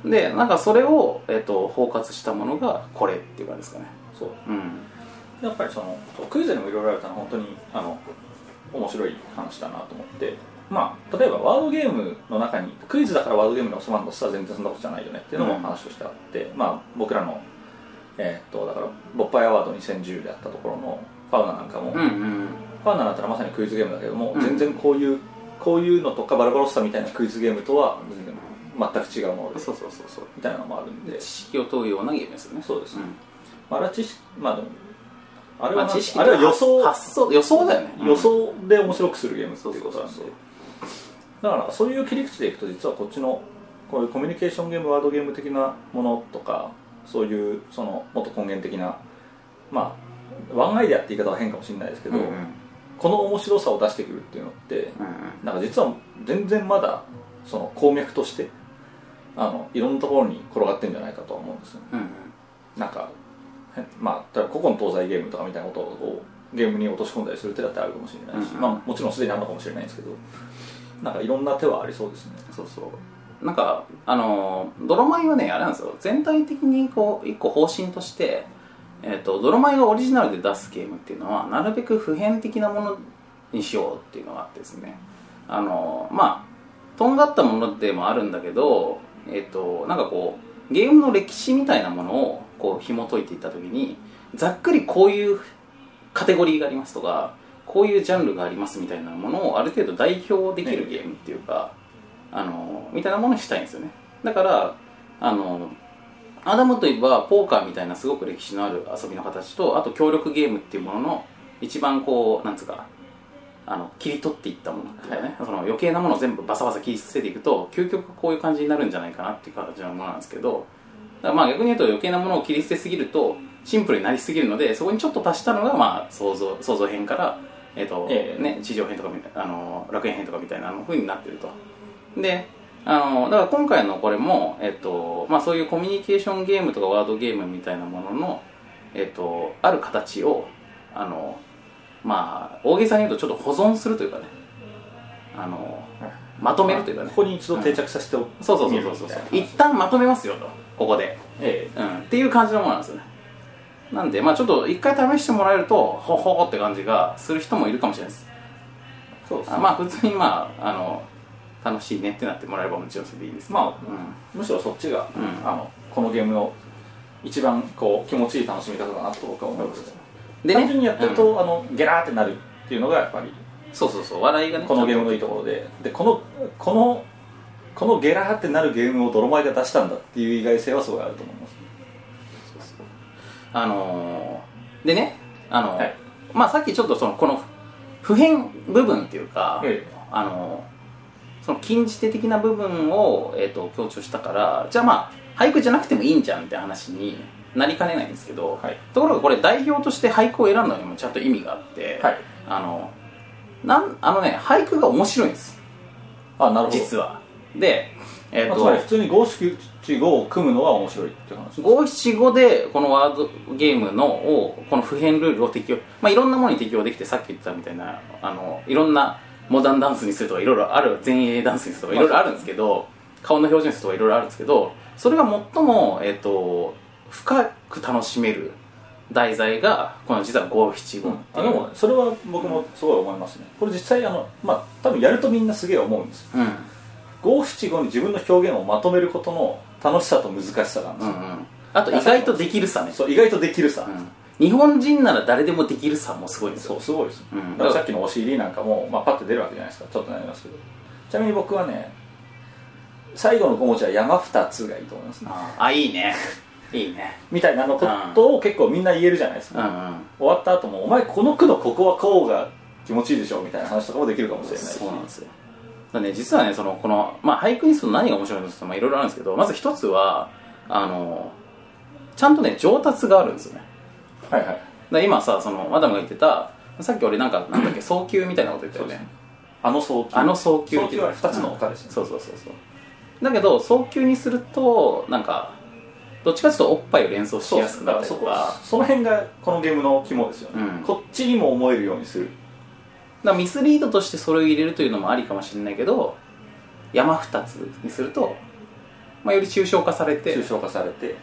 S2: でなんかそれを、えー、と包括したものがこれっていう感じですかね。
S3: そう、
S2: うん、
S3: やっぱりそのクイズにもいろいろあるから本当にあの面白い話だなと思って、まあ、例えばワードゲームの中にクイズだからワードゲームに収まるのさ全然そんなことじゃないよねっていうのも話をしてあって、うん、まあ、僕らの、えー、っとだからボッパイアワードにせんじゅうであったところのファウナなんかも、
S2: うんうん、
S3: ファウナだったらまさにクイズゲームだけども、
S2: うん、
S3: 全然こういうこういうのとかバルバロッサみたいなクイズゲームとは全く違うもので、
S2: そうそうそうそう
S3: みたいなのもあるんで、
S2: 知識を問うようなゲームですよね。
S3: そうですね、
S2: うん、
S3: あれは知識、まあでもあれは、
S2: まあ、知識
S3: あれは予想
S2: 発想予想だよね、
S3: うん、予想で面白くするゲームっていうことなんで、だからそういう切り口でいくと実はこっちのこういうコミュニケーションゲームワードゲーム的なものとかそういうそのもっと根源的な、まあワンアイデアって言い方は変かもしれないですけど、うんうん、この面白さを出してくるっていうのって、うんうん、なんか実は全然まだその鉱脈としてあのいろんなところに転がってるんじゃないかとは思うんですよ、うんうん、なんかまあ、古今東西ゲームとかみたいなことをゲームに落とし込んだりする手だってあるかもしれないし、うんうん、まあ、もちろんすでにあるのかもしれないんですけど、なんかいろんな手はありそうですね。
S2: そうそうなんかあの泥米はねあれなんですよ、全体的にこう一個方針として、えーと、泥米がオリジナルで出すゲームっていうのはなるべく普遍的なものにしようっていうのがあってですね、あのまあとんがったものでもあるんだけど、えーと、なんかこうゲームの歴史みたいなものをこう紐解いていった時にざっくりこういうカテゴリーがありますとかこういうジャンルがありますみたいなものをある程度代表できるゲームっていうか、あのみたいなものにしたいんですよね。だからあのアダムといえばポーカーみたいなすごく歴史のある遊びの形と、あと協力ゲームっていうものの一番こうなんつうかあの切り取っていったものっていうかね、その余計なものを全部バサバサ切り捨てていくと究極こういう感じになるんじゃないかなっていう形のものなんですけど、だからまあ逆に言うと余計なものを切り捨てすぎるとシンプルになりすぎるので、そこにちょっと足したのがまあ創造創造編から、えーとえーね、地上編とかあの楽園編とかみたいな風になってると。であのだから今回のこれも、えーとまあ、そういうコミュニケーションゲームとかワードゲームみたいなものの、えーとある形をあのまあ大げさに言うとちょっと保存するというかね、あのまとめるというかね、
S3: ここに一度定着させておく、
S2: うん、そうそうそうそうそう一旦まとめますよとここで、ええうん、っていう感じのものなんですよね。なんでまあちょっと一回試してもらえるとほほーって感じがする人もいるかもしれないです。そうですね、あまあ普通にまああの楽しいねってなってもらえばもちろんそれでいいんですけど、まあ
S3: うん、むしろそっちが、
S2: うん、
S3: あのこのゲームの一番こう気持ちいい楽しみ方だなと僕は思います。で単純にやってると、うん、あのゲラーってなるっていうのがやっぱり
S2: そうそうそう笑いがね
S3: このゲームのいいところで、でこのこのこのゲラーってなるゲームを泥米が出したんだっていう意外性はすごいあると思います。
S2: そうそうあのー、でねあのーはい、まあさっきちょっとそのこの普遍部分っていうか、はい、あのーその近似的な部分を、えー、と強調したから、じゃあまあ俳句じゃなくてもいいんじゃんって話になりかねないんですけど、はい、ところがこれ代表として俳句を選んだのにもちゃんと意味があって、はい、あのなんあのね俳句が面白いんです。
S3: あ、なるほど。
S2: 実はで、
S3: えーとまあ、つまり普通に五七五を組むのは面白いっていう話です。
S2: 五七五でこのワードゲームのをこの普遍ルールを適用、まあ、いろんなものに適用できて、さっき言ったみたいなあのいろんなモダンダンスにするとかいろいろある、前衛ダンスにするとかいろいろあるんですけど、顔の表情にするとかいろいろあるんですけど、それが最も、えー、と深く楽しめる題材がこの実は五七五、うん、
S3: あでもそれは僕もすごい思いますね。これ実際あの、まあ、多分やるとみんなすげえ思うんですよ、うん、五七五に自分の表現をまとめることの楽しさと難しさなんですよ、うんうん、
S2: あと意外とできるさね。
S3: そう意外とできるさ、うん
S2: 日本人なら誰でもできるさもすごいんですよ。
S3: そうすごいです、うん、だからさっきのお尻なんかも、まあ、パッて出るわけじゃないですか。ちょっとなりますけど、ちなみに僕はね最後のご文字は山二つがいいと思いますね。
S2: ああいいねいいね
S3: みたいなのことを結構みんな言えるじゃないですか、うんうん、終わった後もお前この句のここはこうが気持ちいいでしょみたいな話とかもできるかもしれないし。
S2: そうなんですよ。だね、実はねそのこの、まあ、俳句にすると何が面白いのっていろいろあるんですけど、まず一つはあのちゃんとね上達があるんですよね。
S3: はいはい。
S2: だ今さそのマダムが言ってたさっき俺なんかなんだっけ早急みたいなこと言ったよね。
S3: あの早急
S2: あの早急
S3: っていうのはふたつの丘ですね、
S2: うん、そうそうそうそうだけど早急にするとなんかどっちかというとおっぱいを連想しやすくなったりとか、
S3: その辺がこのゲームの肝ですよね、うん、こっちにも思えるようにする。
S2: だからミスリードとしてそれを入れるというのもありかもしれないけど、山ふたつにするとまあ、より抽象化されて
S3: 抽象化されて、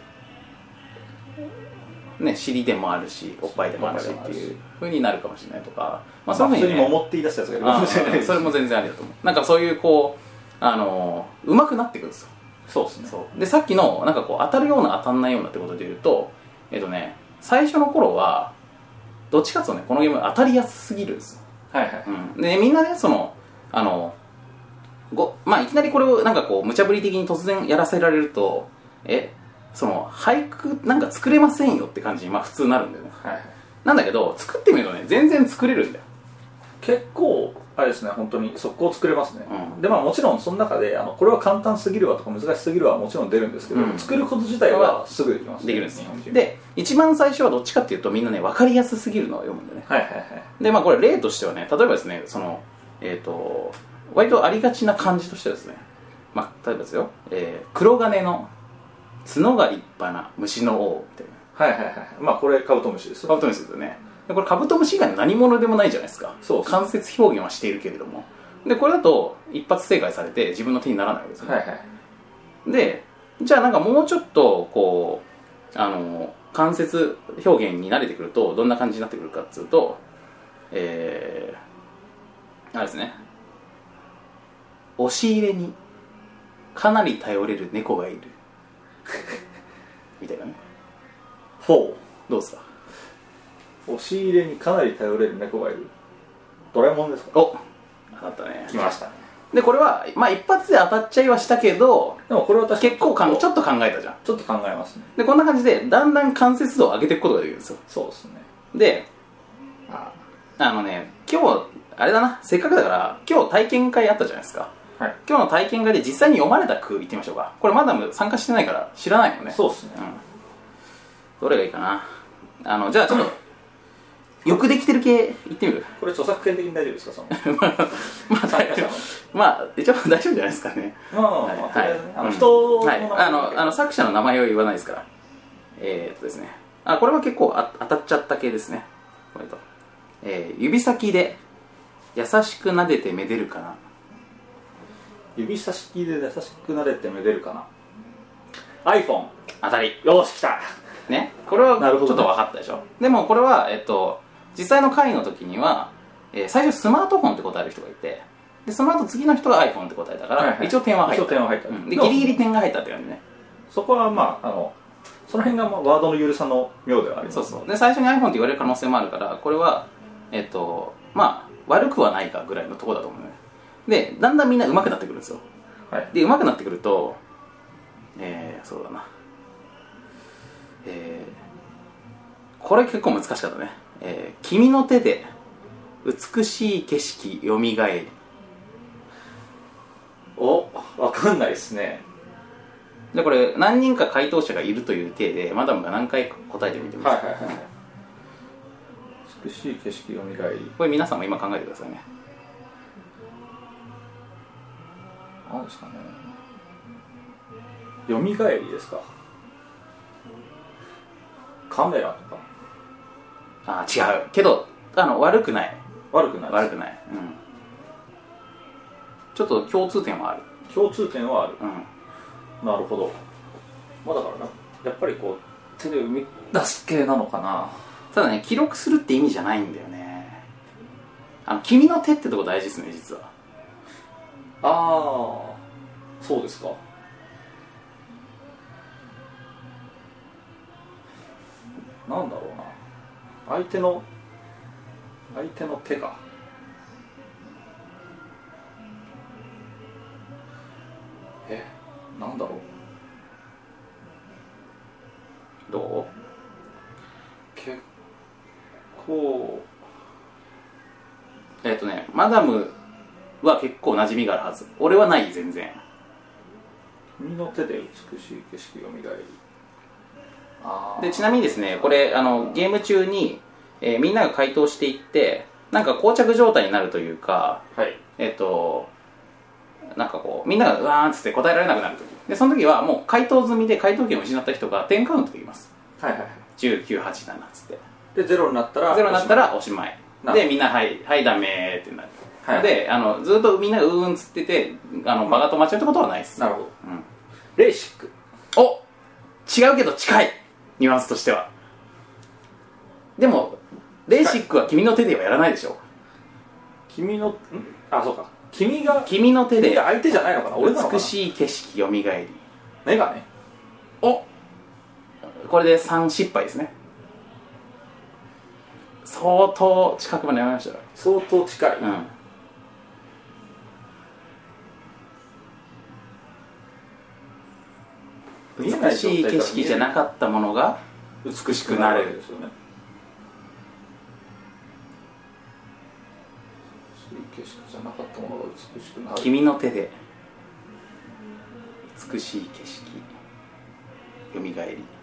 S2: ね、尻でもあるしおっぱいでもあるしっていう風になるかもしれないとか、
S3: まあ、
S2: そういうふうに、ね、
S3: 普通に桃って言い出したやつがいるかもしれないです。
S2: それも全然ありだと思う。なんかそういうこうあのー、上手くなってくるんですよ。
S3: そうですね。
S2: そうでさっきのなんかこう当たるような当たんないようなってことで言うと、えっとね最初の頃はどっちかっていうとねこのゲーム当たりやすすぎるんですよ。
S3: はいはい、
S2: うん、でみんなねそのあのごまあいきなりこれをなんかこう無茶ぶり的に突然やらせられるとえその俳句なんか作れませんよって感じにまあ普通なるんだよね。
S3: はいはい、
S2: なんだけど作ってみるとね全然作れるんだよ。
S3: 結構あれですね、本当に速攻作れますね、
S2: うん、
S3: でまあもちろんその中であのこれは簡単すぎるわとか難しすぎるわはもちろん出るんですけど、うん、作ること自体はすぐできます、ね、
S2: できるんですよ。で一番最初はどっちかっていうとみんなね分かりやすすぎるのを読むんだよね。
S3: はいはいはい。
S2: でまあこれ例としてはね例えばですねそのえっ、ー、と割とありがちな漢字としてはですね、まあ例えばですよ、えー、黒金の角が立派な虫の王みたい
S3: な。はいはいはい。まあこれカブトムシですよ。
S2: カブトムシですよね。でこれカブトムシ以外の何者でもないじゃないですか。
S3: そう
S2: 間接表現はしているけれども、でこれだと一発正解されて自分の手にならないわけですよね。
S3: はいはい。
S2: でじゃあなんかもうちょっとこうあの間接表現に慣れてくるとどんな感じになってくるかっていうと、えー、あれですね、押し入れにかなり頼れる猫がいるみたいなね。
S3: ほ
S2: うどうですか。
S3: 押し入れにかなり頼れる猫がいる。ドラえもんですか。
S2: お当たったね。
S3: 来ましたね。
S2: でこれはまあ一発で当たっちゃいはしたけど、
S3: でもこれは確かに
S2: 結構かんちょっと考えたじゃん。
S3: ちょっと考えますね。
S2: でこんな感じでだんだん関節度を上げていくことができるんですよ。
S3: そうですね。
S2: で
S3: あ
S2: あのね今日あれだな、せっかくだから今日体験会あったじゃないですか。はい、今日の体験会で実際に読まれた句言ってみましょうか。これマダム参加してないから知らないのね。
S3: そうですね、うん、
S2: どれがいいかな。あのじゃあちょっとよくできてる系言ってみる。
S3: これ著作権的に大丈夫ですか。その
S2: まあまあ大丈夫、まあ一応大丈夫じゃないですかね。
S3: まあまあまあ、はい、あ、ね、あの人の、
S2: はい、あのあの作者の名前を言わないですから。えー、っとですねあこれは結構あ当たっちゃった系ですね。これと、えー、指先で優しく撫でてめでるかな。
S3: 指先で優しく撫でてめでるかな。 iPhone
S2: 当たり。
S3: よし来た
S2: ね、これはちょっと分かったでしょ。でもこれは、えっと、実際の回の時には、えー、最初スマートフォンって答える人がいて、でその後次の人が iPhone って答えたから、はいはい、一応点は入った。
S3: 一応点は入った、うん、
S2: でギリギリ点が入ったって感じね。
S3: そこはまああのその辺がまあワードのゆるさの妙ではあります。
S2: そうそう。で最初に iPhone って言われる可能性もあるから、これはえっとまあ悪くはないかぐらいのところだと思うね。でだんだんみんな上手くなってくるんですよ。はい、で上手くなってくると、えー、そうだな、えー、これ結構難しかったね。えー、君の手で美しい景色よみがえり。
S3: お、わかんないですね。
S2: でこれ何人か回答者がいるという体でマダムが何回答えてみてます。はいはいはい。
S3: 美しい景色よみがえり。
S2: これ皆さんも今考えてくださいね。
S3: 何ですかね。よみがえりですか。カメラとか。
S2: ああ違うけどあの悪くない
S3: 悪くない
S2: 悪くない、うん、ちょっと共通点はある。
S3: 共通点はある、
S2: うん、
S3: なるほど。まあだからなやっぱりこう手で生み出す系なのかな。
S2: ただね記録するって意味じゃないんだよね。あの君の手ってとこ大事ですね実は。
S3: ああそうですか。なんだろうな、相手の相手の手がえなんだろ
S2: う。どう？
S3: 結構
S2: えっとねマダムは結構馴染みがあるはず。俺はない全然。
S3: 君の手で美しい景色よみがえり。あ
S2: でちなみにですねこれあのゲーム中に、えー、みんなが回答していってなんか膠着状態になるというか、
S3: はい、
S2: えっとなんかこうみんながうわーんっつって答えられなくなるときでその時はもう回答済みで回答権を失った人が点カウントできます。
S3: はいはいはい。
S2: じゅうきゅう、はち、ななっつって
S3: でゼロになったら
S2: ゼロになったらおしまいでみんなはいはいダメってなる、はい、であのずっとみんながうーんっつっててあの場が止まっちゃうってことはないです。
S3: なるほど、
S2: うん、
S3: レーシック。
S2: お、違うけど近い、ニュアンスとしては。でもレーシックは君の手ではやらないでしょ。
S3: 君のんあそうか君が
S2: 君の手で
S3: 君が相手じゃないのかな、俺なのかな。
S2: 美しい景色よみがえり。
S3: メガネ。
S2: お、これでさん失敗ですね。相当近くまでやりましたよ。
S3: 相当近い、
S2: うん、美しい景色じゃなかったものが
S3: 美しくなるですよね。美しい景色じゃなかったものが美しくなる。
S2: 君の手で美しい景色よみがえり。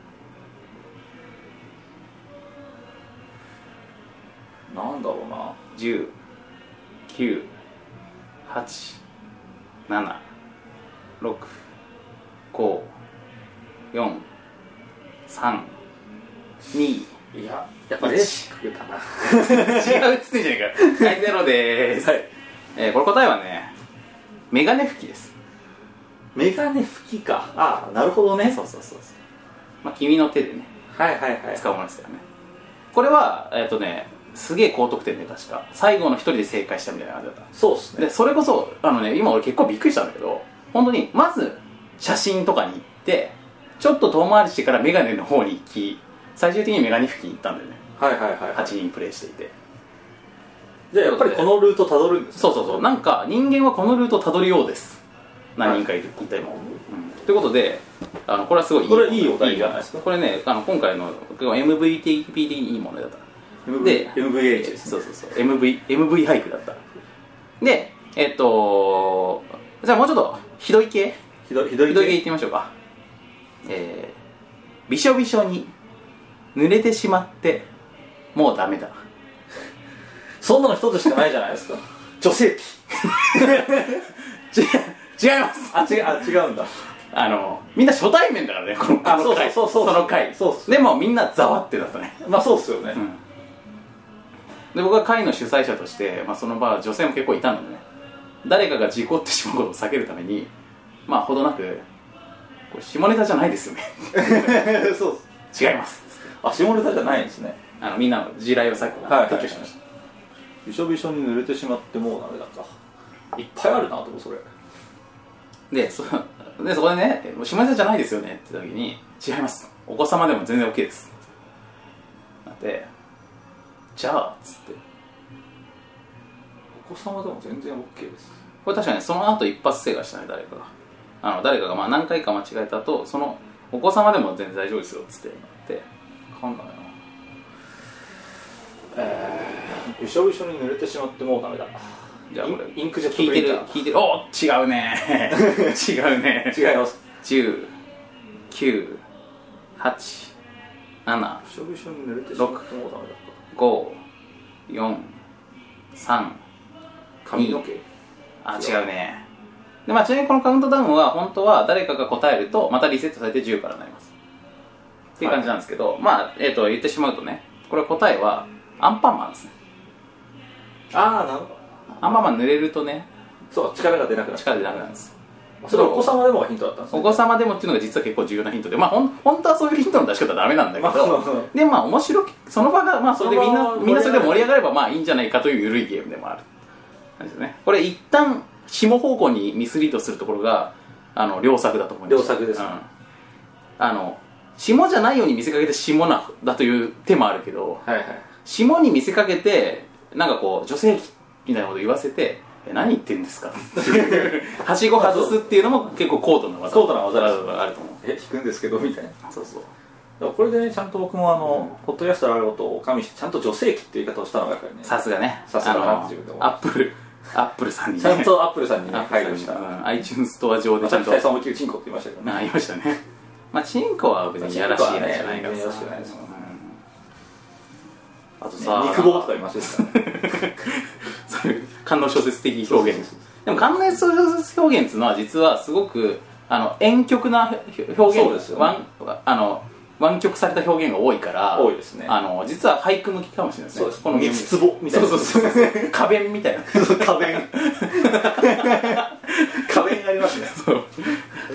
S3: なんだろうな。
S2: じゅう、きゅう、はち、なな、ろく、ご、よん、さん、に。
S3: いや、やっぱレーシックだな。
S2: 違うっつってんじゃねえか。はい、ゼロでーす。はい、えー、これ答えはね、メガネ拭きです。
S3: メガネ拭きか。ああ、なるほどね。
S2: そうそうそうそう。まあ、君の手でね、
S3: はいはいはい、
S2: 使うものですからね。これは、えっとね、すげえ高得点で確か最後の一人で正解したみたいな感じだった。
S3: そうっすね。
S2: でそれこそあのね、今俺結構びっくりしたんだけど、本当にまず写真とかに行ってちょっと遠回りしてからメガネの方に行き、最終的にメガネ付近に行ったんだよね。
S3: はいはいはい、はい、
S2: はちにんプレイしていて。
S3: じゃあやっぱりこのルートたどるんですか。
S2: そうそうそう、なんか人間はこのルートをたどるようです、何人かいる、はい、いた今、うん、ということで、あのこれはすごいいい、
S3: これいいお題じゃないですか。
S2: これね、あの今回の エムブイティーピー 的にいいものだった。で
S3: エムブイエイチ です、
S2: ね、そうそうそう エムブイ, エムブイ 俳句だった。でえっとじゃあもうちょっとひどい系
S3: ひどいひどい系
S2: いってみましょうか。えー、びしょびしょに濡れてしまってもうダメだ。
S3: そんなの一つしかないじゃないですか。女性器。
S2: 違います。
S3: あ、違う、あ、違うんだ。
S2: あのみんな初対面だからね、この回。そうそうそうそう、その回。そうっす。でもみんなざわってだったね。
S3: まあそうっすよね、うん。
S2: で僕は会の主催者として、まあ、その場は女性も結構いたのでね、誰かが事故ってしまうことを避けるために、まあほどなく、これ下ネタじゃないですよね。
S3: そうっ
S2: す。違います。
S3: あ、下ネタじゃないんですね。
S2: あのみんなの地雷をさっき撤去しました。
S3: びしょびしょに濡れてしまってもうダメだか。いっぱいあるなと思う、それ。
S2: で そ, でそこでね、下ネタじゃないですよねって言った時に、違います、お子様でも全然 OK ですなって、じゃあっつって、
S3: お子様でも全然 OK です。
S2: これ確かにその後一発正解したね、誰かが。あの誰かがまあ何回か間違えたと、そのお子様でも全然大丈夫ですよっつってなって、
S3: 分かんないな。えー、びしょびしょに濡れてしまってもうダメだ。
S2: じゃあこれ
S3: インクジェットプリンター
S2: 聞いてる、お違うね違うね
S3: 違います。
S2: じゅう、きゅう、はち、なな、
S3: びしょびしょに濡れてしまってもうダメだ。
S2: ご、よん、さん、
S3: 髪の毛。
S2: あ、違うね。で、まあ、ちなみにこのカウントダウンは本当は誰かが答えるとまたリセットされてじゅうからになりますっていう感じなんですけど、はい、まあ、えー、と言ってしまうとね、これ答えはアンパンマンですね。
S3: ああ、なるほど。
S2: アンパンマン濡れるとね、
S3: そう、力が出なくなる。
S2: 力出なくなるんです。
S3: それはお子様でもヒントだったんですね。
S2: お子様でもっていうのが実は結構重要なヒントで、まあほん本当はそういうヒントの出し方はダメなんだけど、でまあ面白く、その場がまあそれでみんなみんなそれで盛り上がればまあいいんじゃないかという緩いゲームでもある感じですね。これ一旦下方向にミスリードするところがあの良作だと思います。
S3: 良作です、ね、うん、
S2: あの下じゃないように見せかけて下なだという手もあるけど、
S3: はいはい、
S2: 下に見せかけてなんかこう女性器みたいなこと言わせて、え何言ってるんですかはしご外すっていうのも結構高度な技
S3: 高度な技
S2: があると思う。
S3: え引くんですけどみたいな。
S2: そうそう。
S3: だからこれでね、ちゃんと僕もあの、うん、ポッドキャストあることを加味してちゃんと女性器っていう言い方をしたのがやっぱりね、
S2: さすがね、
S3: さすがだなって自分で思う。
S2: アップルアップルさんに、ね、
S3: ちゃんとアップルさんにね配慮した、
S2: うん、iTunes ストア上でちゃんと、
S3: まあ、さん思いっきりチンコって言いましたけどね。
S2: あ言いましたね。まあチンコは別にやらしいやつじゃないからさ、
S3: やらしくないですもんね。
S2: あとさ、
S3: ね、肉棒とか言いましたね。
S2: そういう官能小説的表現。でも官能小説表現っていうのは実はすごくあの婉曲な表現ですよ、ね、あの湾曲された表現が多いから
S3: 多いですね。
S2: あの実は俳句向きかもしれないですね。
S3: そうです。この三つ壺みたいな。
S2: そうそうそう花弁みたいな
S3: 花弁花弁ありますね。
S2: そう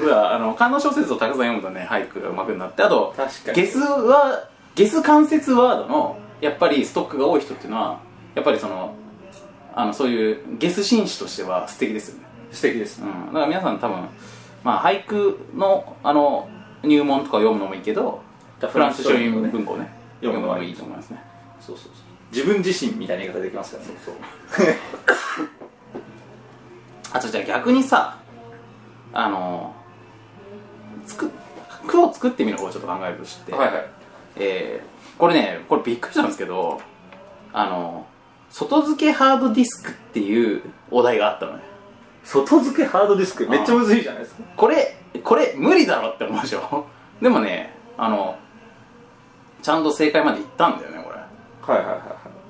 S2: はあの観音小説をたくさん読むとね俳句が上手くなって、あと
S3: 確かに
S2: ゲスはゲス関節ワードのやっぱりストックが多い人っていうのはやっぱりそのあのそういうゲス紳士としては素敵ですよね。
S3: 素敵です、
S2: うん、だから皆さん多分、まあ、俳句のあの入門とか読むのもいいけどフランス書院文庫をね読むのもいいと思いますね。
S3: そうそうそう、自分自身みたいな言い方できますからね。そうそう
S2: あとじゃあ逆にさあの作句を作ってみる方をちょっと考えるとして、
S3: はいはい、
S2: えー、これねこれびっくりしたんですけど、あの外付けハードディスクっていうお題があったのね。
S3: 外付けハードディスクめっちゃむずいじゃないですか。
S2: これこれ無理だろって思うでしょでもねあのちゃんと正解までいったんだよねこれ。
S3: はいはいはいはい。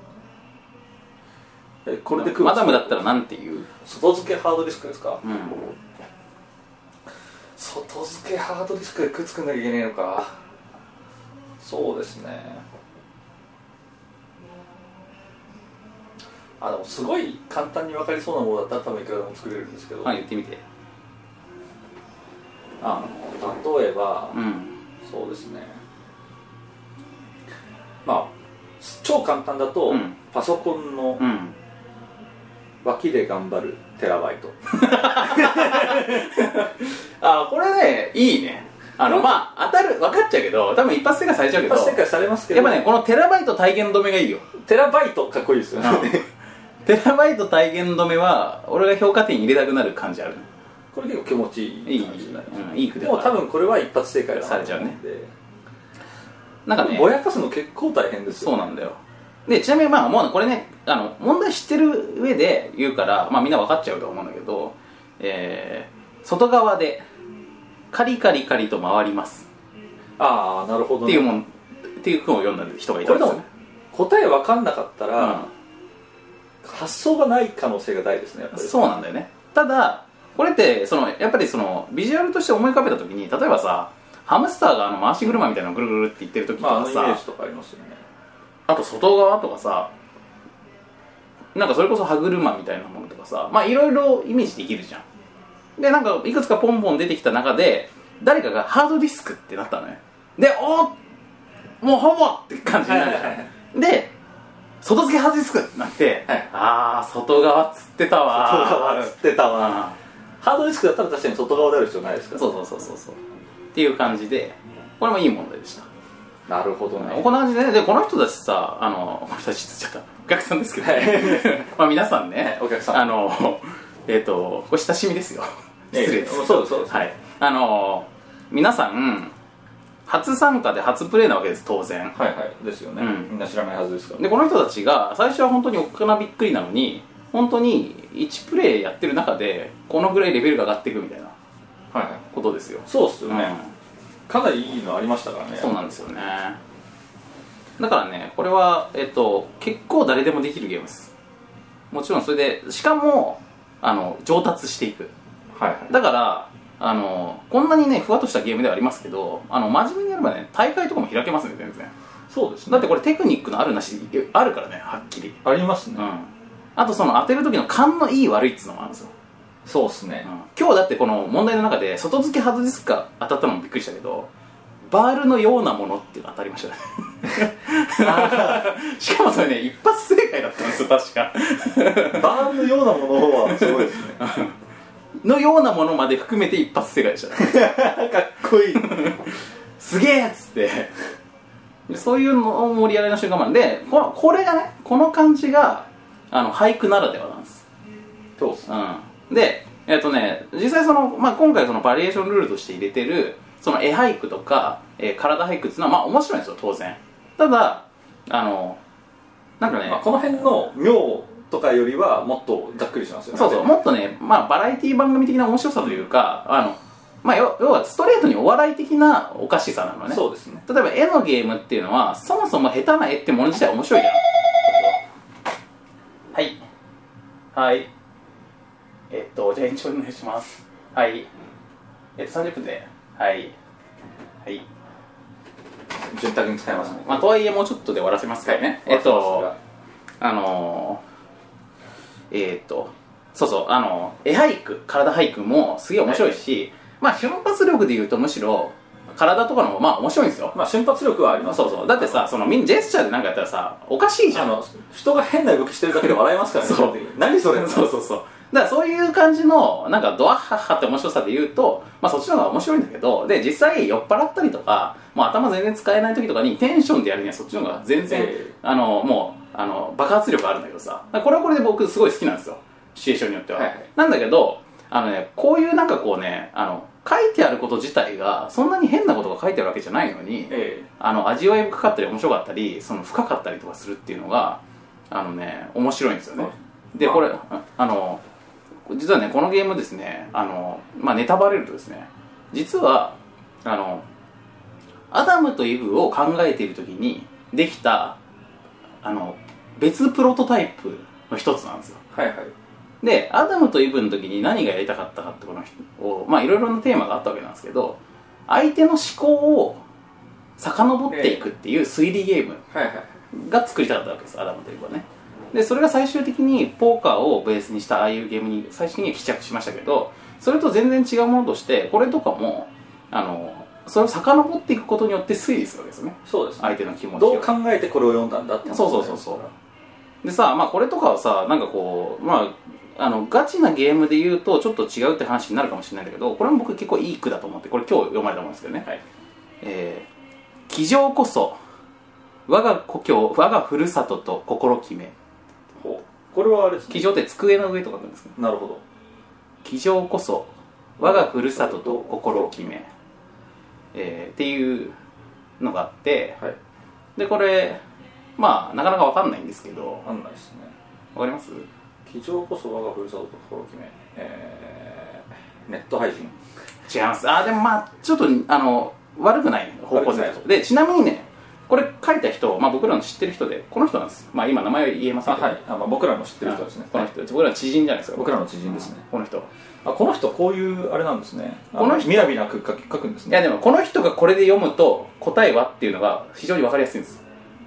S3: えこれで
S2: マダムだったらなんて言う？
S3: 外付けハードディスクですか？
S2: うん。
S3: 外付けハードディスクでくっつくんなきゃいけないのか。そうですね。あ、でもすごい簡単に分かりそうなものだったら多分いくらでも作れるんですけど、
S2: はい、言ってみて。
S3: あの例えば、
S2: うん、
S3: そうですね、まあ超簡単だと、うん、パソコンの脇で頑張るテラバイト
S2: あ、これね、いいね。あの、まあ、当たる、分かっちゃうけど、多分一発正解されちゃうけど、
S3: 一発正解されますけど、
S2: やっぱね、このテラバイト体現止めがいいよ。
S3: テラバイトかっこいいですよね
S2: テラバイト体現止めは俺が評価点に入れたくなる感じある。
S3: これ結構気持ちいい感じになります、
S2: うん、いい句で
S3: もう多分これは一発正解だ
S2: されちゃうね。なんかね、
S3: ぼやかすの結構大変ですよ、
S2: ね、そうなんだよ。でちなみにまあもうこれね、あの問題知ってる上で言うから、まあみんな分かっちゃうと思うんだけど、えー、外側でカリカリカリと回ります。
S3: ああ、なるほど、ね、
S2: っていうもんっていう句を読んだ人がいたんですよね。
S3: 答え分かんなかったら、
S2: うん、
S3: 発想がない可能性が大ですね、やっぱり。
S2: そうなんだよね。ただこれってそのやっぱりそのビジュアルとして思い浮かべた時に、例えばさハムスターがあの回し車みたいなのをぐるぐるって言ってる時とかさ、
S3: まあ、あのイメージとかありますよね。
S2: あと外側とかさ、なんかそれこそ歯車みたいなものとかさ、まあいろいろイメージできるじゃん。でなんかいくつかポンポン出てきた中で誰かがハードディスクってなったのね。で、おーもうほぼって感じになるじゃん、はいはいはい、で外付けハードディスクってなって、はい、ああ外側っつってたわ
S3: 外側っつってたわハードディスクだったら確かに外側である必要ないですから、
S2: そうそうそうそうそうっていう感じで、これもいい問題でした。
S3: なるほどね。
S2: こんな感じで、ね、でこの人たちさ、あのこの人たちつっちゃったお客さんですけど、ね、まあ皆さんね、
S3: お客さん、
S2: あのえっ、ー、とご親しみですよ。失礼です。
S3: そうですそうです。
S2: はい。あの皆さん初参加で初プレイなわけです、当然。
S3: はいはいですよね、うん、みんな知らないはずですから。
S2: でこの人たちが最初は本当におっかなびっくりなのに、本当にいちプレイやってる中でこのぐらいレベルが上がっていくみたいなことですよ。
S3: そうっすよね、うん、かなりいいのありましたからね。
S2: そうなんですよね。だからね、これは、えっと、結構誰でもできるゲームです。もちろんそれでしかもあの上達していく、はいはい、だからあのこんなにねふわっとしたゲームではありますけど、あの真面目にやればね大会とかも開けますね、全然。
S3: そうですね。
S2: だってこれテクニックのあるなしあるからね、はっきり
S3: ありますね、
S2: うん、あとその当てる時の勘のいい悪いっつうのもあるんですよ。
S3: そうですね、
S2: うん、今日だってこの問題の中で外付けハードディスクが当たったのもびっくりしたけど、バールのようなものっていうの当たりましたねしかもそれね一発正解だったんですよ、確か
S3: バールのようなものはすごいですね
S2: のようなものまで含めて一発正解でしたね
S3: かっこいい
S2: すげえっつってそういうのを盛り上がりの瞬間まで、このこれがね、この感じがあの俳句ならではなんです。
S3: そうっす、
S2: うん、で、えっとね、実際その、まあ、今回そのバリエーションルールとして入れてるその絵俳句とか、えー、体俳句っていうのはまあ面白いんですよ、当然。ただあのなんかね、
S3: まあ、この辺の妙とかよりはもっとざっくりしますよね。
S2: そうそう、もっとね、まあ、バラエティ番組的な面白さというか、あのまあ、要はストレートにお笑い的なおかしさなのね。
S3: そうですね。
S2: 例えば絵のゲームっていうのはそもそも下手な絵ってもの自体面白いじゃん。はいはいえっとじゃあ延長お願いします。はいえっとさんじゅっぷんではいはい
S3: 潤沢に使えますね。
S2: まあとはいえもうちょっとで終わらせますからね、はい、えっとあのー、えー、っとそうそう、あの絵俳句、体俳句もすげえ面白いし、はい、 まあ瞬発力でいうとむしろ体とかの方がまあ面白いんですよ。
S3: まあ瞬発力はあります、
S2: そうそう。だってさ、そのみんなジェスチャーでなんかやったらさおかしいじゃん。
S3: あの人が変な動きしてるだけで笑いますからね。
S2: そう
S3: 何それ。
S2: そうそうそう。だからそういう感じのなんかドアッハッハって面白さで言うと、まあそっちの方が面白いんだけど、で実際酔っ払ったりとか、もう頭全然使えない時とかにテンションでやるにはそっちの方が全然、えー、あのもうあの爆発力あるんだけどさ、これはこれで僕すごい好きなんですよ、シチュエーションによっては。はいはい、なんだけどあのね、こういうなんかこうね、あの書いてあること自体がそんなに変なことが書いてあるわけじゃないのに、えー、あの味わい深かったり面白かったり、その深かったりとかするっていうのがあのね面白いんですよね。でこれあの実はねこのゲームですね、あの、まあ、ネタバレるとですね、実はあのアダムとイブを考えている時にできたあの別プロトタイプの一つなんですよ。
S3: はいはい。
S2: でアダムとイブの時に何がやりたかったかってこの人を、まあいろいろなテーマがあったわけなんですけど、相手の思考を遡っていくっていう推理ゲームが作りたかったわけです、アダムとイブはね。でそれが最終的にポーカーをベースにしたああいうゲームに最終的には帰着しましたけど、それと全然違うものとしてこれとかもあのそれを遡っていくことによって推理するわけですよね。
S3: そうですね。
S2: 相手の気持ちを
S3: どう考えてこれを読んだんだって、ね、
S2: そうそうそうそうでさ、まあこれとかはさ、なんかこうまああのガチなゲームで言うとちょっと違うって話になるかもしれないんだけど、これも僕結構いい句だと思って、これ今日読まれたもんですけどね、はい、えー、机上こそ我が故郷我がふるさとと心決め。
S3: これはあれですね。
S2: 机上って机の上とかなんですね。
S3: なるほど。
S2: 机上こそ我がふるさとと心を決め、えー、っていうのがあって、はい、でこれまあなかなか分かんないんですけど。
S3: 分かんないですね。
S2: 分かります？
S3: 机上こそ我がふるさとと心を決め、えー、ネット配信。
S2: 違います。あでもまあちょっとあの悪くない方向性で、ちなみにねこれ書いた人、まあ、僕らの知ってる人でこの人なんです。まあ今名前は言えませんけど、
S3: あ、はい、あ、まあ、僕らの知ってる人ですね。
S2: この人、はい、僕らの知人じゃないですか。
S3: 僕らの知人ですね。
S2: この人。
S3: あ、この人こういうあれなんですね。この人みやびなく書くんですね。
S2: いやでもこの人がこれで読むと答えはっていうのが非常に分かりやすいんです。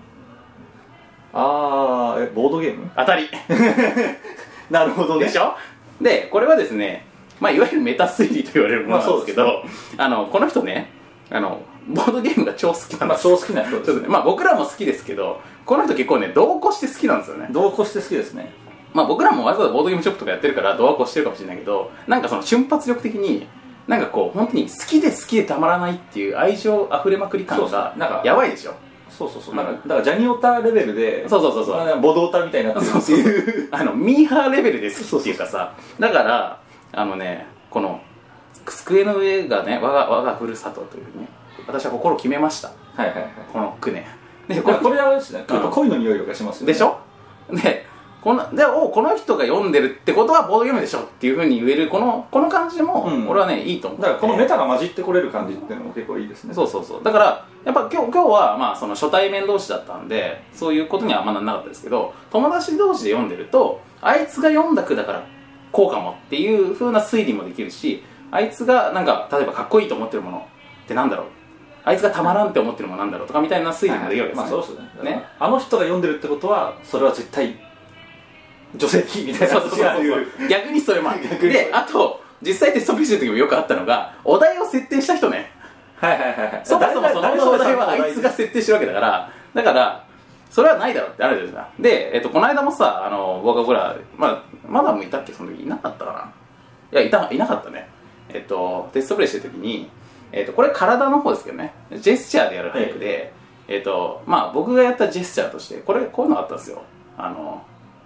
S3: あー、えボードゲーム
S2: 当たり
S3: なるほどね。
S2: でしょ。でこれはですね、まあ、いわゆるメタ推理と言われるものなんですけど、まあそうですね、あのこの人ね、あのボードゲームが超好きなんです。
S3: まあ超好きな人です、ね。
S2: まあ僕らも好きですけど、この人結構ね同行して好きなんですよね。
S3: 同行して好きですね。
S2: まあ僕らもわざわざボードゲームショップとかやってるから同行してるかもしれないけど、なんかその瞬発力的になんかこう本当に好きで好きでたまらないっていう愛情あふれまくり感がなんかやばいでしょ。
S3: そうそうそう、なんかだからジャニオタレベルで、
S2: そうそうそうそう、
S3: ボドオタみたいになってるっていう
S2: あのミーハーレベルで好きっていうかさ、だからあのね、この机の上がね我が我がふるさとというね、私は心を決めました。
S3: はいはいはい。
S2: この句ね。
S3: でこれこれはですね、ちょっと恋の匂いがしますよね。
S2: でしょ。でこのでおこの人が読んでるってことはボードゲームでしょっていうふうに言えるこのこの感じも、うん、俺はねいいと思う。
S3: だからこのメタが混じってこれる感じっていうのも結構いいですね。
S2: そうそうそう。だからやっぱ今日今日はまあその初対面同士だったんでそういうことにはあんまならなかったですけど、友達同士で読んでるとあいつが読んだ句だからこうかもっていうふうな推理もできるし、あいつがなんか例えばかっこいいと思ってるものってなんだろう、あいつがたまらんって思ってるものなんだろうとかみたいな推理もできるわけですね。
S3: まあそうですね。ね、あの人が読んでるってことはそれは絶対女性器みたいな。そうそうそうそう。
S2: 逆にそれもある。で、あと実際テストプレイしてる時もよくあったのが、お題を設定した人ね。
S3: はいはいはいはい。
S2: そもそもそのお題はあいつが設定してるわけだから、だからそれはないだろうってあるじゃないですか。で、えっとこの間もさ、あの僕はほら、まあマダムいたっけ、その時いなかったかな。いやいたいなかったね。えっとテストプレイしてる時に、えっとこれ体の方ですけどね、ジェスチャーでやる俳句で、えっとまあ僕がやったジェスチャーとしてこれこういうのがあったんですよ。あの。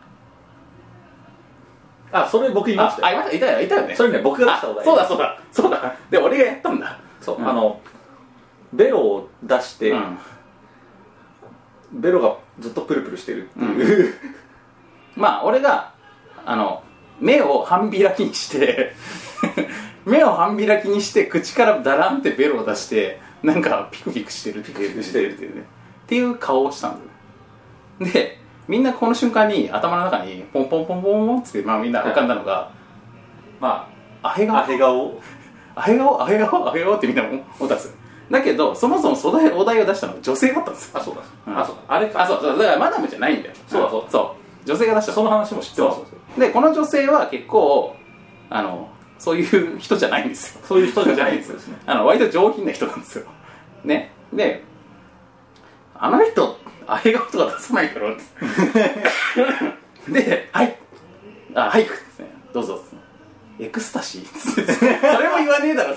S3: あ、それ僕言いましたよ。
S2: あ、いました、いたよ、いたよね。
S3: それね、僕が出したお題。
S2: そうだそうだそうだ。で俺がやったんだ。
S3: そう、うん、あのベロを出して、うん、ベロがずっとプルプルしてるっていう、
S2: うん、まあ俺があの目を半開きにして目を半開きにして口からダランってベロを出してなんかピクピクしてるっていうしてるっていうねっていう顔をしたんだよ。でみんなこの瞬間に頭の中にポンポンポンポンポンって、まあ、みんな浮かんだのが、はい、まあアヘ顔
S3: アヘ顔
S2: アヘ顔アヘ顔アヘ顔ってみんな思ったんですよ。だけどそもそもそのお題を出したのは女性だったんですよ。
S3: あ、そうだ、
S2: うん、
S3: あ、そうだ、あれか、
S2: あ、そうそう、だからマダムじゃないんだよ。
S3: そうそう
S2: そう、女性が出した。
S3: その話も知ってます。
S2: でこの女性は結構あのそういう人じゃないんですよ。
S3: そういう人じゃないんですよね。
S2: あの割と上品な人なんですよね。であの人あれが音が出さないからではいあはいですねどうぞエクスタシーそれも言わねえだろ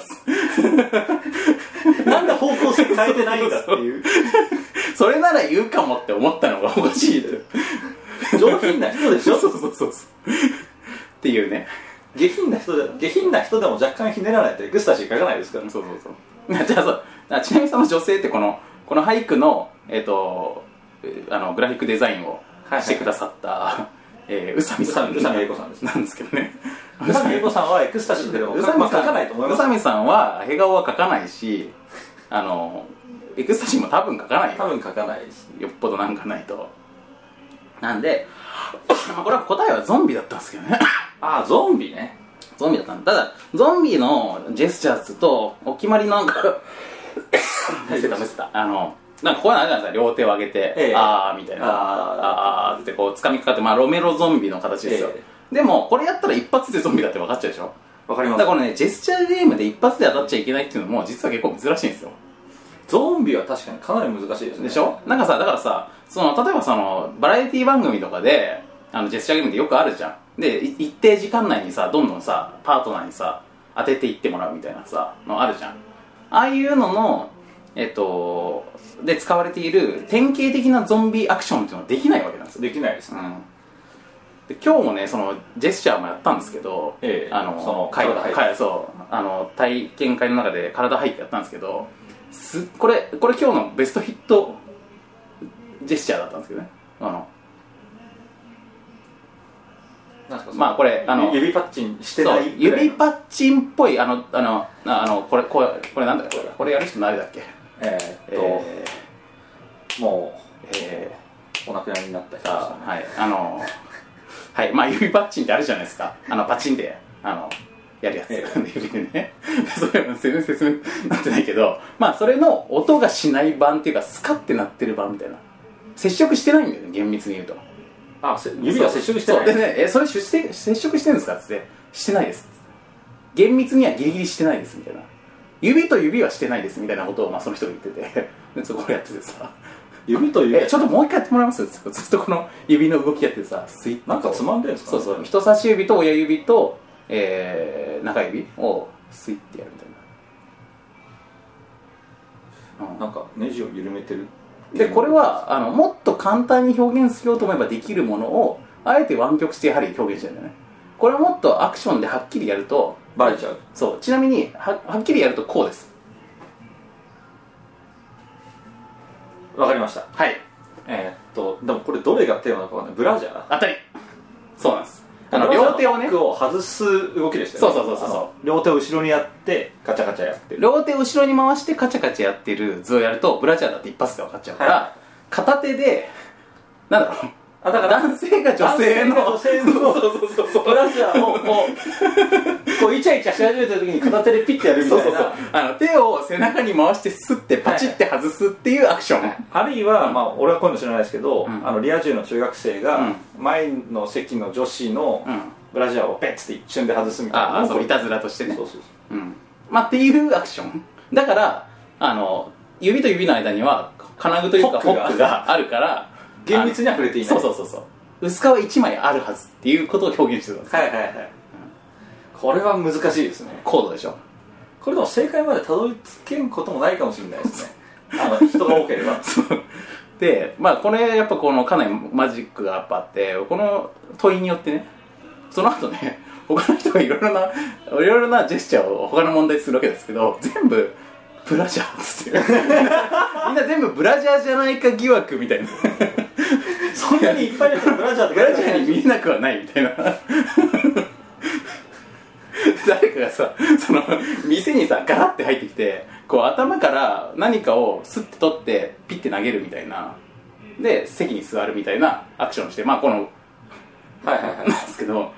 S3: なんで方向性変えてないんだっていう
S2: それなら言うかもって思ったのがおかしい
S3: 上品な人でしょ
S2: そうそうそうそうっていうね
S3: 下品な人で下品な人でも若干ひねらないとエクスタシー書かないですから、ね、
S2: そうそうそうじゃあそうちなみにその女性ってこのこの俳句のえっ、ー、とあのグラフィックデザインをしてくださった、はいはいはいえー、宇佐美さん
S3: 宇佐美英子さんです
S2: なんですけどね
S3: 宇佐美英子さんはエクスタシーでも書かないと思います。
S2: 宇佐美さんは笑顔は描かないしあのエクスタシーも多分描かない
S3: 多分書かないです。
S2: よっぽどなんかないとなんでまあこれは答えはゾンビだったんですけどね
S3: ああゾンビね
S2: ゾンビだったんだただゾンビのジェスチャーズとお決まりのなんか見せた見せたあのなんかこういうのあるじゃないですか両手を上げて、ええ、あーみたいなあーってこう掴みかかってまあロメロゾンビの形ですよ、ええ、でもこれやったら一発でゾンビだって分かっちゃうでしょ
S3: 分かります
S2: だからこれねジェスチャーゲームで一発で当たっちゃいけないっていうのも実は結構珍しいんですよ
S3: ゾンビは確かにかなり難しいですね
S2: でしょなんかさだからさその例えばそのバラエティ番組とかであのジェスチャーゲームってよくあるじゃんで一定時間内にさどんどんさパートナーにさ当てていってもらうみたいなさのあるじゃんああいうののえっとで使われている典型的なゾンビアクションっていうのはできないわけなんですよ
S3: できないですね、
S2: うん、で今日もねそのジェスチャーもやったんですけど、ええ、あのその体体そうあの体験会の中で体入ってやったんですけどすこれこれ今日のベストヒットジェスチャーだったんですけどねあのまあこれあの
S3: 指パッチンしてない
S2: 指パッチンっぽいあのあのあのこれこれこれなんだっけこれこれやる人誰だっけ
S3: えー、っと、えー、もう、えー、お亡くなりになった人ですね
S2: はいあのはいまあ指パッチンってあるじゃないですかあのパチンであのやるやつ、えー、指でねそれは全然説明なってないけどまあそれの音がしない版っていうかスカッてなってる版みたいな接触してないんだよね厳密に言うと
S3: あ指が接触してない
S2: そうでねえそれ出世接触してるんですかってってしてないです厳密にはギリギリしてないですみたいな指と指はしてないですみたいなことをまあその人が言っててでそこやっててさ
S3: 指と指
S2: えちょっともう一回やってもらえますずっとこの指の動きやっててさスイッ
S3: なんかつまんでるんですか、
S2: ね、そうそう人差し指と親指と、えー、中指をスイッてやるみたい
S3: な、うん、なんかネジを緩めてる
S2: でこれはあのもっと簡単に表現しようと思えばできるものをあえて湾曲してやはり表現してるんだよねこれはもっとアクションではっきりやると
S3: バレちゃう
S2: そうちなみに は, はっきりやるとこうです
S3: わかりました
S2: はい
S3: えー、っとでもこれどれがテーマなのかわかんないブラジャー
S2: 当たりそうなんですあの両手をね
S3: を外す動きでしたよね
S2: そうそうそうそう
S3: 両手を後ろにやってカチャカチャやってる
S2: 両手を後ろに回してカチャカチャやってる図をやるとブラジャーだって一発で分かっちゃうから、はい、片手でなんだろうあだから男性が女性の
S3: 女性のそうそうそうそうブラジャーをこうこうイチャイチャし始めた時に片手でピッてやるみたいなそうそうそう
S2: あの手を背中に回してスッてパチッて外すっていうアクション、はい、
S3: あるいは、うん、まあ俺はこういうの知らないですけど、うん、あのリア充の中学生が前の席の女子のブラジャーをペッツって一瞬で外すみたいな、
S2: うん、ああそういたずらとしてね
S3: そうそうそう、
S2: うん、まあっていうアクションだからあの指と指の間には金具というかホックがあるから
S3: 厳密には触れていない
S2: そうそうそうそう薄皮いちまいあるはずっていうことを表現してたんです
S3: はいはいはい、うん、これは難しいですね
S2: 高度でしょ
S3: これでも正解までたどり着けんこともないかもしれないですねあの人が多ければ
S2: でまあこれやっぱこのかなりマジックがやっぱあってこの問いによってねその後ね他の人がいろいろないろいろなジェスチャーを他の問題するわけですけど全部ブラジャーっつってみんな全部ブラジャーじゃないか疑惑みたいな
S3: そんなにいっぱいの人ブラジャーって
S2: ブラジャーに見えなくはないみたいな誰かがさその店にさガラッて入ってきてこう頭から何かをスッて取ってピッて投げるみたいなで席に座るみたいなアクションをしてまあこの
S3: はいはいはいなん
S2: ですけど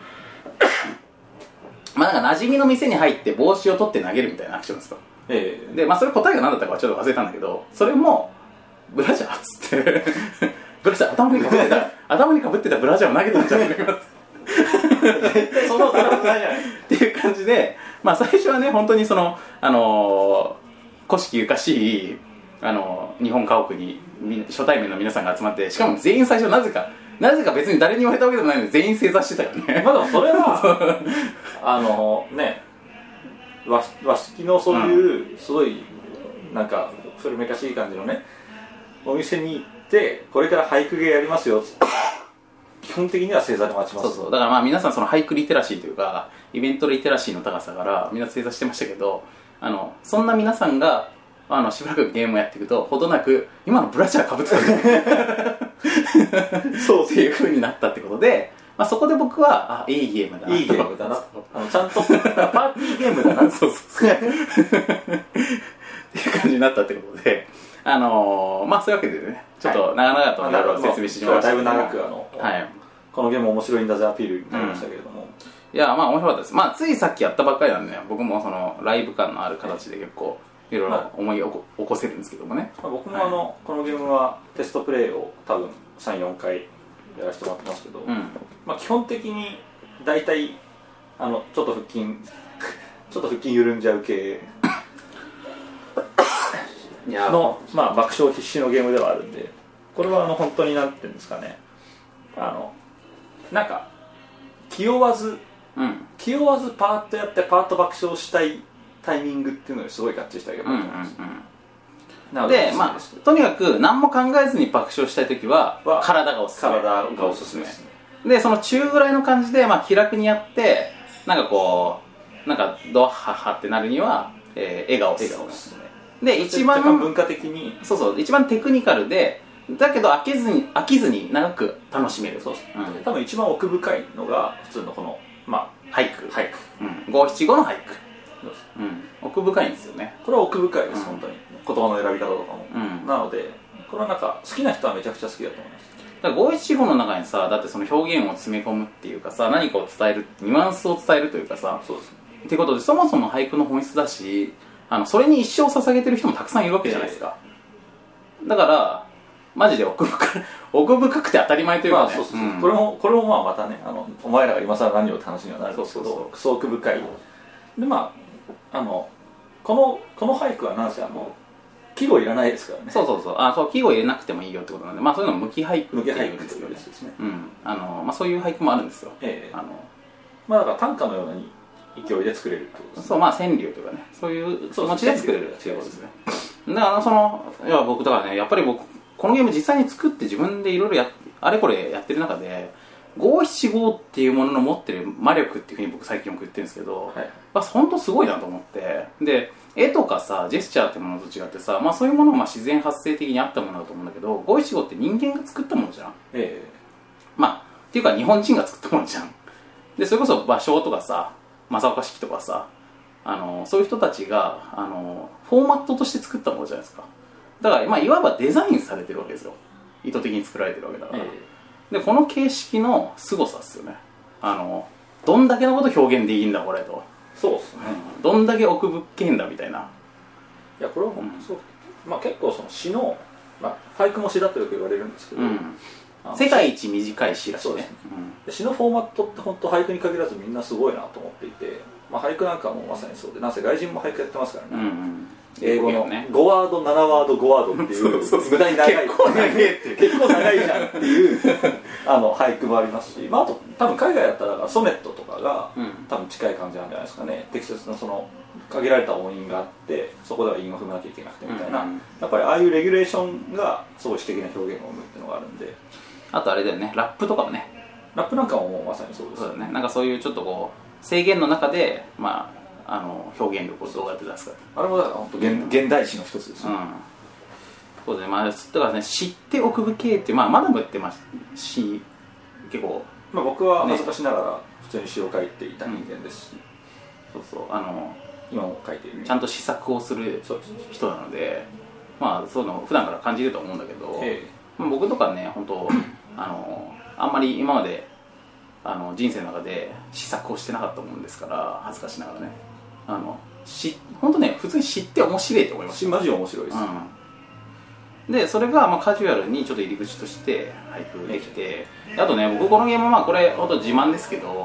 S2: まあなんか馴染みの店に入って帽子を取って投げるみたいなアクションですと、えー、でまあそれ答えが何だったかはちょっと忘れたんだけどそれもブラジャーっつってブラジャー頭にかぶってた頭にかぶってたブラジャーを投げたんじゃないかな
S3: 絶対そんなことあるはずないじゃない
S2: っていう感じで、まあ最初はね本当にそのあのー、古式ゆかしいあのー、日本家屋に初対面の皆さんが集まって、しかも全員最初なぜかなぜか別に誰に言われたわけでもないので全員正座してたよね。
S3: まあでもそれはあのね和, 和式のそういうすごいなんか古めかしい感じのねお店に行ってこれから俳句芸やりますよっつって基本的には正座で待ちます。
S2: そうそう、だからまあ皆さんその俳句リテラシーというかイベントリテラシーの高さからみんな正座してましたけど、あのそんな皆さんがあのしばらくゲームをやっていくとほどなく今のブラジャーかぶってたそうっていう風になったってことで、まあ、そこで僕はあいいゲームだない
S3: いゲームだなあのちゃんとパーティーゲームだな
S2: そうそうそうっていう感じになったってことで、あのー、まあそういうわけでねちょっと長々といろいろ説明してしまいましたけど、
S3: だいぶ長くあの、はい、このゲーム面白いんだぜアピールになりましたけれども、うん、
S2: いやまあ面白かったです。まあついさっきやったばっかりなんで、ね、僕もそのライブ感のある形で結構いろいろ思い起 こ,、はい、起こせるんですけどもね、
S3: まあ、僕もあの、はい、このゲームはテストプレイを多分 さん,よん 回やらせてもらってますけど、うん、まあ、基本的に大体あのちょっと腹筋ちょっと腹筋緩んじゃう系の、まあ、爆笑必至のゲームではあるんで、これはあの本当になんていうんですかね、あのなんか気負わず、うん、気負わずパーッとやってパーッと爆笑したいタイミングっていうのにすごい合致したゲームだと思います。
S2: なので、まあ、とにかく何も考えずに爆笑したいときは体がおすすめ。
S3: 体がおすすめですね。
S2: で、その中ぐらいの感じで、まあ、気楽にやってなんかこうなんかドアッハッハってなるには、えー、笑顔おすすめで、一番
S3: 文化的に
S2: そうそう一番テクニカルでだけど飽きずに飽きずに長く楽しめる。
S3: そうです、うん、多分一番奥深いのが普通のこの、まあ、俳句
S2: 俳句五七五の俳句、うん、奥深いんですよね。
S3: これは奥深いです、うん、本当に言葉の選び方とかも、うん、なのでこれはなんか好きな人はめちゃくちゃ好きだと思います。
S2: だから五七五の中にさ、だってその表現を詰め込むっていうかさ、何かを伝えるニュアンスを伝えるというかさ、
S3: そうです、ね、
S2: ってことでそもそも俳句の本質だし、あのそれに一生捧げてる人もたくさんいるわけじゃないですか、えー、だからマジで奥深奥深くて当たり前というかね、まあ、そうそうそう、うん、
S3: これもこれもまあまたね、あのお前らが今更何をって話にはなるんですけど、クソ奥深いで、まああのこのこの俳句はなんせあの季語いらないですからね。
S2: そうそうそう、あそう季語入れなくてもいいよってことなんで、まあそういうの無記俳句っていうんですけどね、うん、あのまあそういう俳句もあるんですよ。えー、あの
S3: まあだから短歌のような勢いで作れるってことですね。
S2: そう、まあ川柳というかね、そういう気持ちで作れるっていうことですね。だからそのいや僕だからね、やっぱり僕このゲーム実際に作って自分でいろいろやあれこれやってる中で五七五っていうものの持ってる魔力っていうふうに僕最近よく言ってるんですけど、はい、まあ本当すごいなと思って、で絵とかさジェスチャーってものと違ってさ、まあ、そういうものはまあ自然発生的にあったものだと思うんだけど、五七五って人間が作ったものじゃん、ええ、まあっていうか日本人が作ったものじゃん。でそれこそ芭蕉とかさ正岡子規とかさ、あのそういう人たちがあのフォーマットとして作ったものじゃないですか。だから、まあ、いわばデザインされてるわけですよ、意図的に作られてるわけだから、ええ、でこの形式の凄さですよね。あのどんだけのこと表現できるんだこれと。
S3: そうっすね、
S2: うん、どんだけ奥ぶっけんだみたいな。
S3: いやこれは本当そう、うん、まあ結構その詩の、まあ、俳句も詩だってよく言われるんですけど、うん、
S2: 世界一短い詩らしいね。
S3: うん、詩のフォーマットって本当俳句に限らずみんなすごいなと思っていて、まあ、俳句なんかもまさにそうで、なんせ外人も俳句やってますからね、うんうん、英語のごワードななワードごワードっていう無駄に長い
S2: 結構長いっていう
S3: 結構長いじゃんっていうあの俳句もありますし、まあ、あと多分海外だったらソネットとかが、うん、多分近い感じなんじゃないですかね。適切なその限られた音韻があってそこでは韻を踏まなきゃいけなくてみたいな、うんうん、やっぱりああいうレギュレーションがすごい詩的な表現を生むっていうのがあるんで、
S2: あとあれだよね、ラップとかもね、
S3: ラップなんかももうまさにそうです。
S2: そうだね、なんかそういうちょっとこう制限の中でまああの表現力をどうやって出すか、
S3: あれもだから本当 現,、うん、現代詩の一つですね、うん、
S2: そうですね。まあだからね、知っておくべきって、まあマダムってまあ詩結構、
S3: まあ、僕は恥ずかしながら普通に詩を書いていた人間ですし、
S2: うん、そうそう、あの
S3: 今も書いている、
S2: ちゃんと詩作をする人なので、まあそういうの普段から感じると思うんだけど、ええ、まあ、僕とかね本当あのあんまり今まであの人生の中で詩作をしてなかったもんですから恥ずかしながらね、あのし本当ね普通に知って面白いと思います。
S3: 詩マジ面白いです、
S2: うん、でそれがまあカジュアルにちょっと入り口として俳句できて、あとね僕このゲームまあこれ本当自慢ですけど、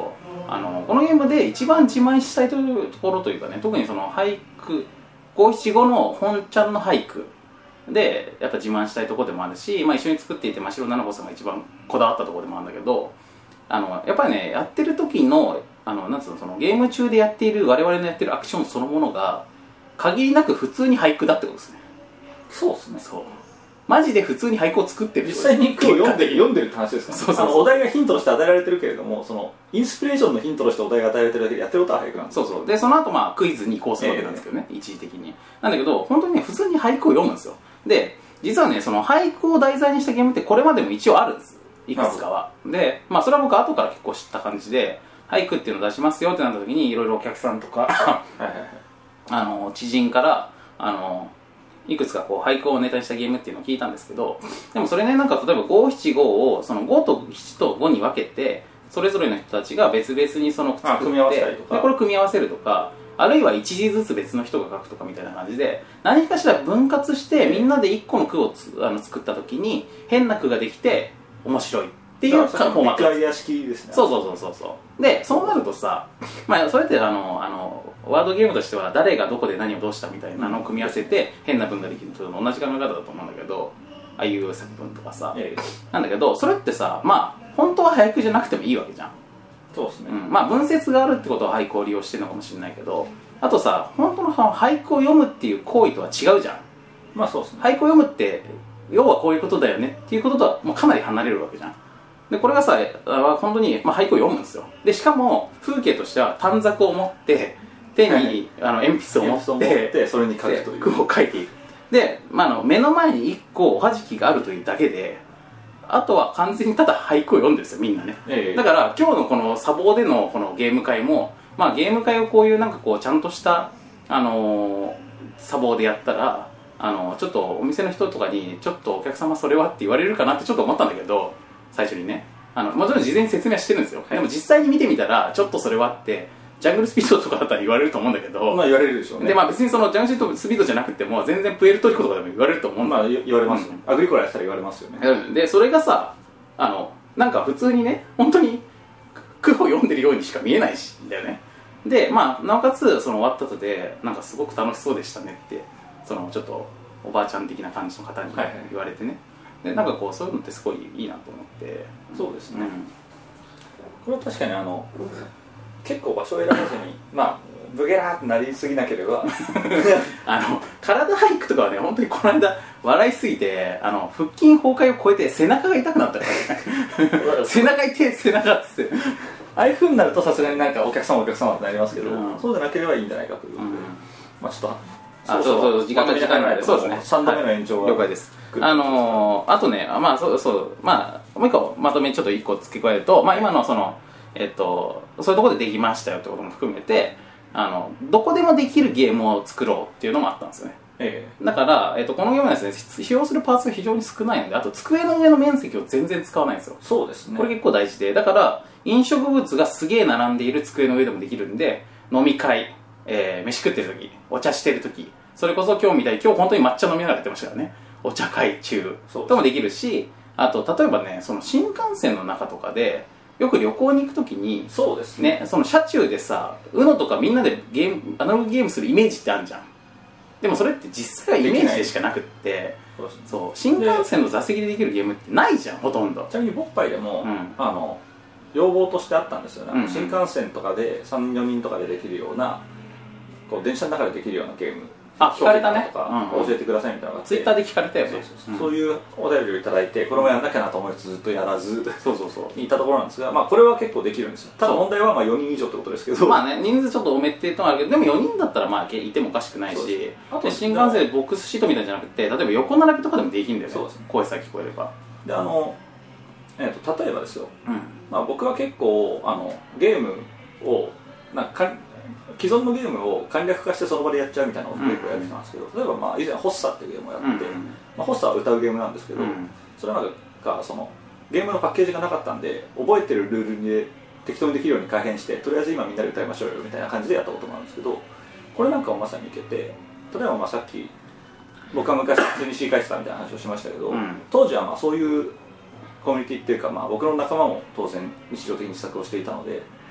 S2: あのこのゲームで一番自慢したいところというかね、特にその俳句五七五の本ちゃんの俳句でやっぱ自慢したいところでもあるし、まあ、一緒に作っていて真城菜々子さんが一番こだわったところでもあるんだけど、あのやっぱりねやってる時のあのなんつうの、そのゲーム中でやっている我々のやってるアクションそのものが限りなく普通に俳句だってことですね。
S3: そうですね。
S2: そうマジで普通に俳句を作ってる。
S3: 実際に句を読んで読んでるって話ですからね。
S2: そうそうそう、
S3: あのお題がヒントとして与えられてるけれども、そのインスピレーションのヒントとしてお題が与えられてるだけでやってることは俳句なんです。
S2: そうそう。でその後まあクイズに移行するわけなんですけどね、えー、一時的になんだけど、本当にね普通に俳句を読むんですよ。で実はねその俳句を題材にしたゲームってこれまでも一応あるんです、いくつかは。でまあそれは僕後から結構知った感じで、俳句っていうのを出しますよってなった時にいろいろお客さんとかはいはい、はい、あの知人からあのいくつかこう俳句をネタにしたゲームっていうのを聞いたんですけど、でもそれねなんか例えば五七五をそのごとななとごに分けてそれぞれの人たちが別々にその作って
S3: 組み合わせたりとか、
S2: でこれを組み合わせるとか、あるいはいち字ずつ別の人が書くとかみたいな感じで何かしら分割してみんなでいっこの句をつあの作った時に変な句ができて面白いっていうフォーマットなんです。
S3: 式ですね。
S2: そうそうそうそうそうでそうなるとさ、まあそれってあのあのワードゲームとしては誰がどこで何をどうしたみたいなのを組み合わせて変な文ができると同じ考え方だと思うんだけど、ああいう作文とかさ、
S3: ええ、
S2: なんだけどそれってさ、まあ本当は俳句じゃなくてもいいわけじゃん。
S3: そうですね、
S2: うん、まあ文節があるってことは俳句を利用してるのかもしれないけど、あとさ本当の俳句を読むっていう行為とは違うじゃん。
S3: まあそうですね。
S2: 俳句を読むって要はこういうことだよねっていうこととはもうかなり離れるわけじゃん。でこれがさ本当に、まあ、俳句を読むんですよ。でしかも風景としては短冊を持って手に、はい、あの鉛筆を持って、持ってそれに書くという句を書いていく。で、まあ、あの目の前にいっこおはじきがあるというだけであとは完全にただ俳句を読んでるんですよみんなね、ええ、だから今日のこの砂防でのこのゲーム会も、まあ、ゲーム会をこういうなんかこうちゃんとしたあのー、砂防でやったらあのちょっとお店の人とかにちょっとお客様それはって言われるかなってちょっと思ったんだけど、最初にねあのもちろん事前に説明はしてるんですよ、はい、でも実際に見てみたらちょっとそれはってジャングルスピードとかだったら言われると思うんだけど、
S3: まあ言われるでしょうね。
S2: でまあ別にそのジャングルスピードじゃなくても全然プエルトリコとかでも言われると思うんだ
S3: まあ言われますね、うん、アグリコラやったら言われますよね、
S2: うん、でそれがさあのなんか普通にね本当に句を読んでるようにしか見えないしだよね。でまあなおかつその終わった後でなんかすごく楽しそうでしたねってそのちょっとおばあちゃん的な感じの方に言われてね、はいはい、でなんかこうそういうのってすごいいいなと思って。
S3: そうですね、
S2: うん、
S3: これは確かにあの結構場所を選ばずにまあブゲラーってなりすぎなければ
S2: あの体俳句とかはね本当にこの間笑いすぎてあの腹筋崩壊を超えて背中が痛くなったからね背中痛い背中っつって
S3: ああいう風になるとさすがになんかお客様お客様ってなりますけど、うん、そうじゃなければいいんじゃないかということで、うん、まあちょっと
S2: あそうそうそう時間が時間がないそうですね
S3: さんどめの延長は、
S2: はい、了解です。あのー、あとねまあそうそうまあもう一個まとめちょっと一個付け加えると、まあ、今のそのえっとそういうところでできましたよってことも含めてあのどこでもできるゲームを作ろうっていうのもあったんですよね、ええ、だから、えっと、このゲームはですね使用するパーツが非常に少ないのであと机の上の面積を全然使わないんですよ。
S3: そうですね、
S2: これ結構大事でだから飲食物がすげえ並んでいる机の上でもできるんで飲み会、えー、飯食ってる時お茶してる時それこそ今日みたいに今日本当に抹茶飲みながらやってましたからねお茶会中ともできるしあと例えばねその新幹線の中とかでよく旅行に行くときに
S3: そうですね、
S2: ねその車中でさ ウノ とかみんなでゲームアナログゲームするイメージってあるじゃん。でもそれって実際はイメージでしかなくってそう新幹線の座席でできるゲームってないじゃんほとんど。
S3: ちなみにボッパイでも、うん、あの要望としてあったんですよね、うんうん、新幹線とかでさん、よにんとかでできるようなこう電車の中でできるようなゲーム
S2: あ聞かれたね
S3: とか教えてくださいみたいなのが
S2: ツイッターで聞かれたよね。
S3: そうそうそう、うん、そういうお便りをいただいてこれもやんなきゃなと思いつつずっとやらず
S2: そうそうそう
S3: いったところなんですが、まあ、これは結構できるんですよ。ただ問題はまあよにん以上ってことですけど
S2: まあね人数ちょっと多めっていうのはあるけどでもよにんだったらまあいてもおかしくないしあと新幹線ボックスシートみたいじゃなくて例えば横並びとかでもできるんだよね。そうですね声さえ聞こえれば
S3: であの、えー、と例えばですよ、うんまあ、僕は結構あのゲームをなんか既存のゲームを簡略化してその場でやっちゃうみたいなのを結構やってたんですけど、うん、例えばまあ以前ホッサっていうゲームをやって、うんまあ、ホッサは歌うゲームなんですけど、うん、それまでがそのゲームのパッケージがなかったんで覚えてるルールで適当にできるように改変してとりあえず今みんなで歌いましょうよみたいな感じでやったこともあるんですけどこれなんかもまさにいけて例えばまあさっき僕は昔普通に詩書いてたみたいな話をしましたけど、うん、当時はまあそういうコミュニティっていうか、まあ、僕の仲間も当然日常的に試作をしていたので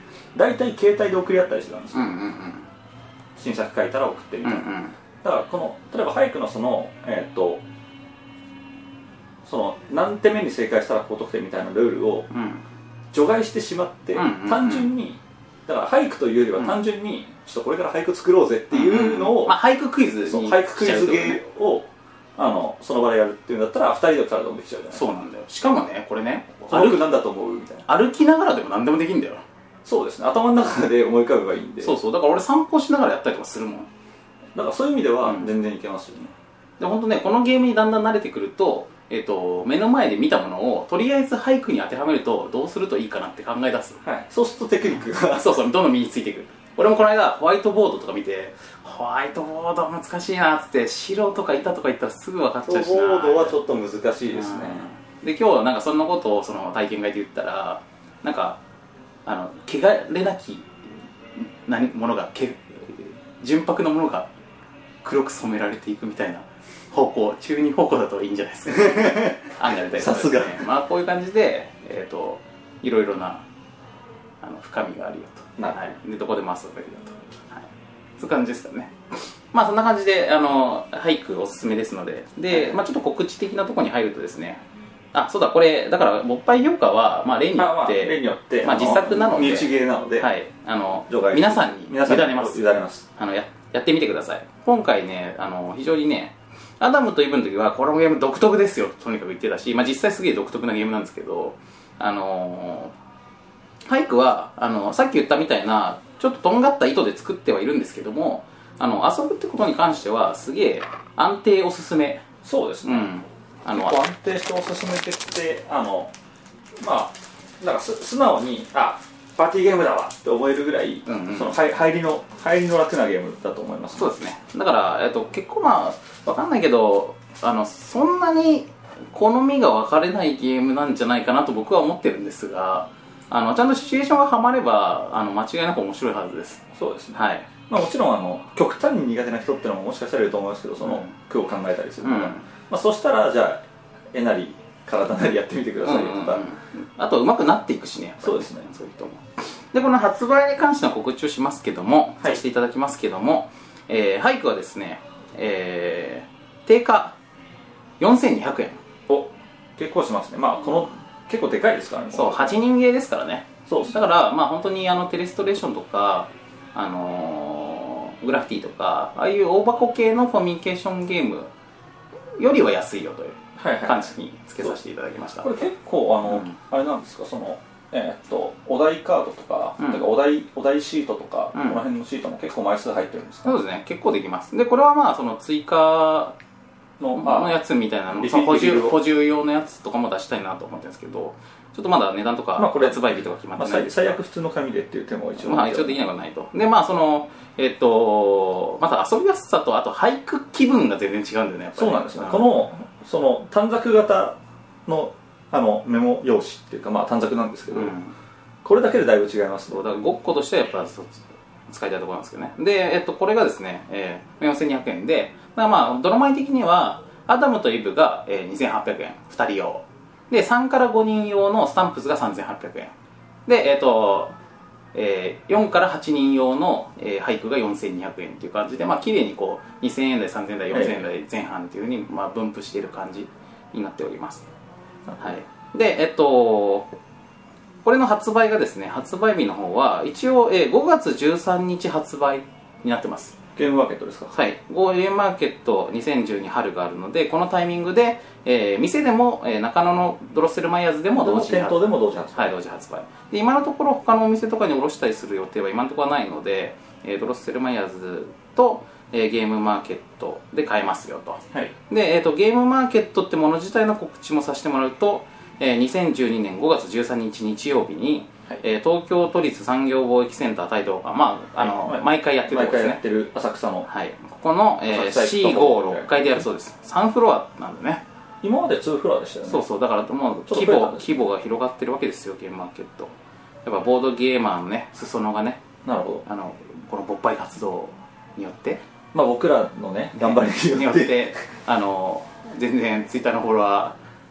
S3: 大体携帯で送り合ったりしてたんですよ、
S2: うんうんうん、
S3: 新作書いたら送ってみたいな、
S2: うんうん、
S3: だからこの例えば俳句のそのえーっとその何手目に正解したら高得点みたいなルールを除外してしまって、うんうんうん、単純にだから俳句というよりは単純にちょっとこれから俳句作ろうぜっていうのを、うんうん、
S2: まあ、俳句クイズに
S3: そう俳句クイズゲーをあのその場でやるっていうんだったらふたりで体をできちゃうじゃないですか。
S2: そうなんだよ。しかもねこれね
S3: 歩くなんだと思うみたいな、
S2: 歩きながらでも何でもできるんだよ。そう
S3: ですね、頭の中で思い浮かべばいいんで。
S2: そうそう、だから俺散歩しながらやったりとかするもん。
S3: だからそういう意味では全然いけますよね、
S2: うん、で本当ねこのゲームにだんだん慣れてくると、えー、と目の前で見たものをとりあえず俳句に当てはめるとどうするといいかなって考え出す、
S3: はい、そうするとテクニックが
S2: そうそうどんどん身についていく。俺もこの間ホワイトボードとか見てホワイトボード難しいなっつって白とか板とか言ったらすぐ分かっちゃうしな。
S3: ホワイトボードはちょっと難しいですね、
S2: うん、で今日なんかそんなことをその体験会で言ったらなんかあの汚れなき何ものがけ純白のものが黒く染められていくみたいな方向、中二方向だといいんじゃないですか案が出たりとかですね。まあこういう感じで、えー、といろいろなあの深みがあるよと、はい、でどこでも遊べるよと、はい、そういう感じですかね。まあそんな感じであの俳句おすすめですので、で、まあ、ちょっと告知的なところに入るとですね、あ、そうだ、これだから勃発評価は、まあ、例によって、
S3: 例によって、
S2: まあ、実作なので
S3: 身内ゲーなので、
S2: はい、あの皆さんに委ねます。
S3: 委ねます。
S2: あの や, やってみてください。今回ね、あの非常にね、アダムとイブの時はこのゲーム独特ですよととにかく言ってたし、まあ、実際すげえ独特なゲームなんですけど、あの俳句はあのさっき言ったみたいなちょっととんがった意図で作ってはいるんですけども、あの遊ぶってことに関してはすげえ安定おすすめ。
S3: そうですね、うん、あの結構安定しておすすめてってあのまあなんかす素直にあパーティーゲームだわって思えるぐらい、うんうん、その入りの入りの楽なゲームだと思います、ね、
S2: そうですね。だから、えっと、結構まあわかんないけどあのそんなに好みが分かれないゲームなんじゃないかなと僕は思ってるんですが、あのちゃんとシチュエーションがはまればあの間違いなく面白いはずです。
S3: そうですね、
S2: はい。
S3: まあ、もちろんあの極端に苦手な人っていうのももしかしたらいると思いますけど、その句を考えたりするのが、うん、まあ、そしたらじゃあ絵なり体なりやってみてくださいよとか、うんうんうん、
S2: あと上手くなっていくしね、やっぱりね。
S3: そうですね、
S2: そういう人も。でこの発売に関しての告知をしますけども、はい、させていただきますけども、えー、俳句はですね、えー、定価よんせんにひゃくえん。
S3: お、結構しますね。まあこの結構でかいですからね。
S2: そう、はちにんゲーですからね。
S3: そうですね。
S2: だからまあ本当にあのテレストレーションとか、あのー、グラフィティとかああいう大箱系のコミュニケーションゲームよりは安いよという感じにつけさせていただきました。
S3: これ結構あの、うん、あれなんですか、そのえー、っとお題カードとか、うん、かお題お題シートとか、うん、この辺のシートも結構枚数入ってるんですか？
S2: そうですね、結構できます。でこれはまあその追加ののやつみたいなの、補充補充用のやつとかも出したいなと思ってるんですけど、ちょっとまだ値段とか発売日とか決まってないんですが、
S3: まあ、最悪普通の紙でっていう手も一応
S2: まあ一応できなくはないと。でまあそのえー、っとまた遊びやすさとあと俳句気分が全然違うんだよね、やっぱり。
S3: そうなんですね。このその短冊型のあのメモ用紙っていうか、まあ短冊なんですけど、うん、これだけでだいぶ違いますね。
S2: そうだからごっことしてはやっぱ使いたいところなんですけどね。で、えっと、これがですね、えー、よんせんにひゃくえんで、だからまあドロマイ的にはアダムとイブが、えー、にせんはっぴゃくえんふたり用で、さんからごにん用のスタンプスがさんぜんはっぴゃくえんで、えっとえー、よんからはちにん用の、えー、俳句がよんせんにひゃくえんっていう感じで、まあ綺麗にこうにせんえん台さんぜんえん台よんせんえん台前半っていうふうに、まあ、分布している感じになっております。はい、で、えっとこれの発売がですね、発売日の方は一応、えー、ごがつじゅうさんにち発売になってます。
S3: ゲームマーケットですか？
S2: はい、ゲームマーケットにせんじゅうに春があるので、このタイミングで、えー、店でも、えー、中野のドロッセルマイヤーズでも同時
S3: 店頭でも同時発売、
S2: はい、同時発売で、今のところ他のお店とかに卸したりする予定は今のところはないので、えー、ドロッセルマイヤーズと、えー、ゲームマーケットで買えますよと。はい、で、えーと、ゲームマーケットってもの自体の告知もさせてもらうと、えー、にせんじゅうにねんごがつじゅうさんにち日曜日に、はい、えー、東京都立産業貿易センター台東が、まああの、はい、毎回やってるところですね。
S3: 毎回やってる浅草の、
S2: はい、ここの、えー、シーごじゅうろっかいでやるそうです。さんフロアなんでね。
S3: 今までにフロアでしたよね。
S2: そうそう、だからもう規模規模が広がってるわけですよ、ゲームマーケット。やっぱボードゲーマーのね裾野がね、
S3: なるほど、
S2: あのこの勃発活動によって、
S3: まあ僕らのね頑張り
S2: によってあの全然ツイッターのフォロワー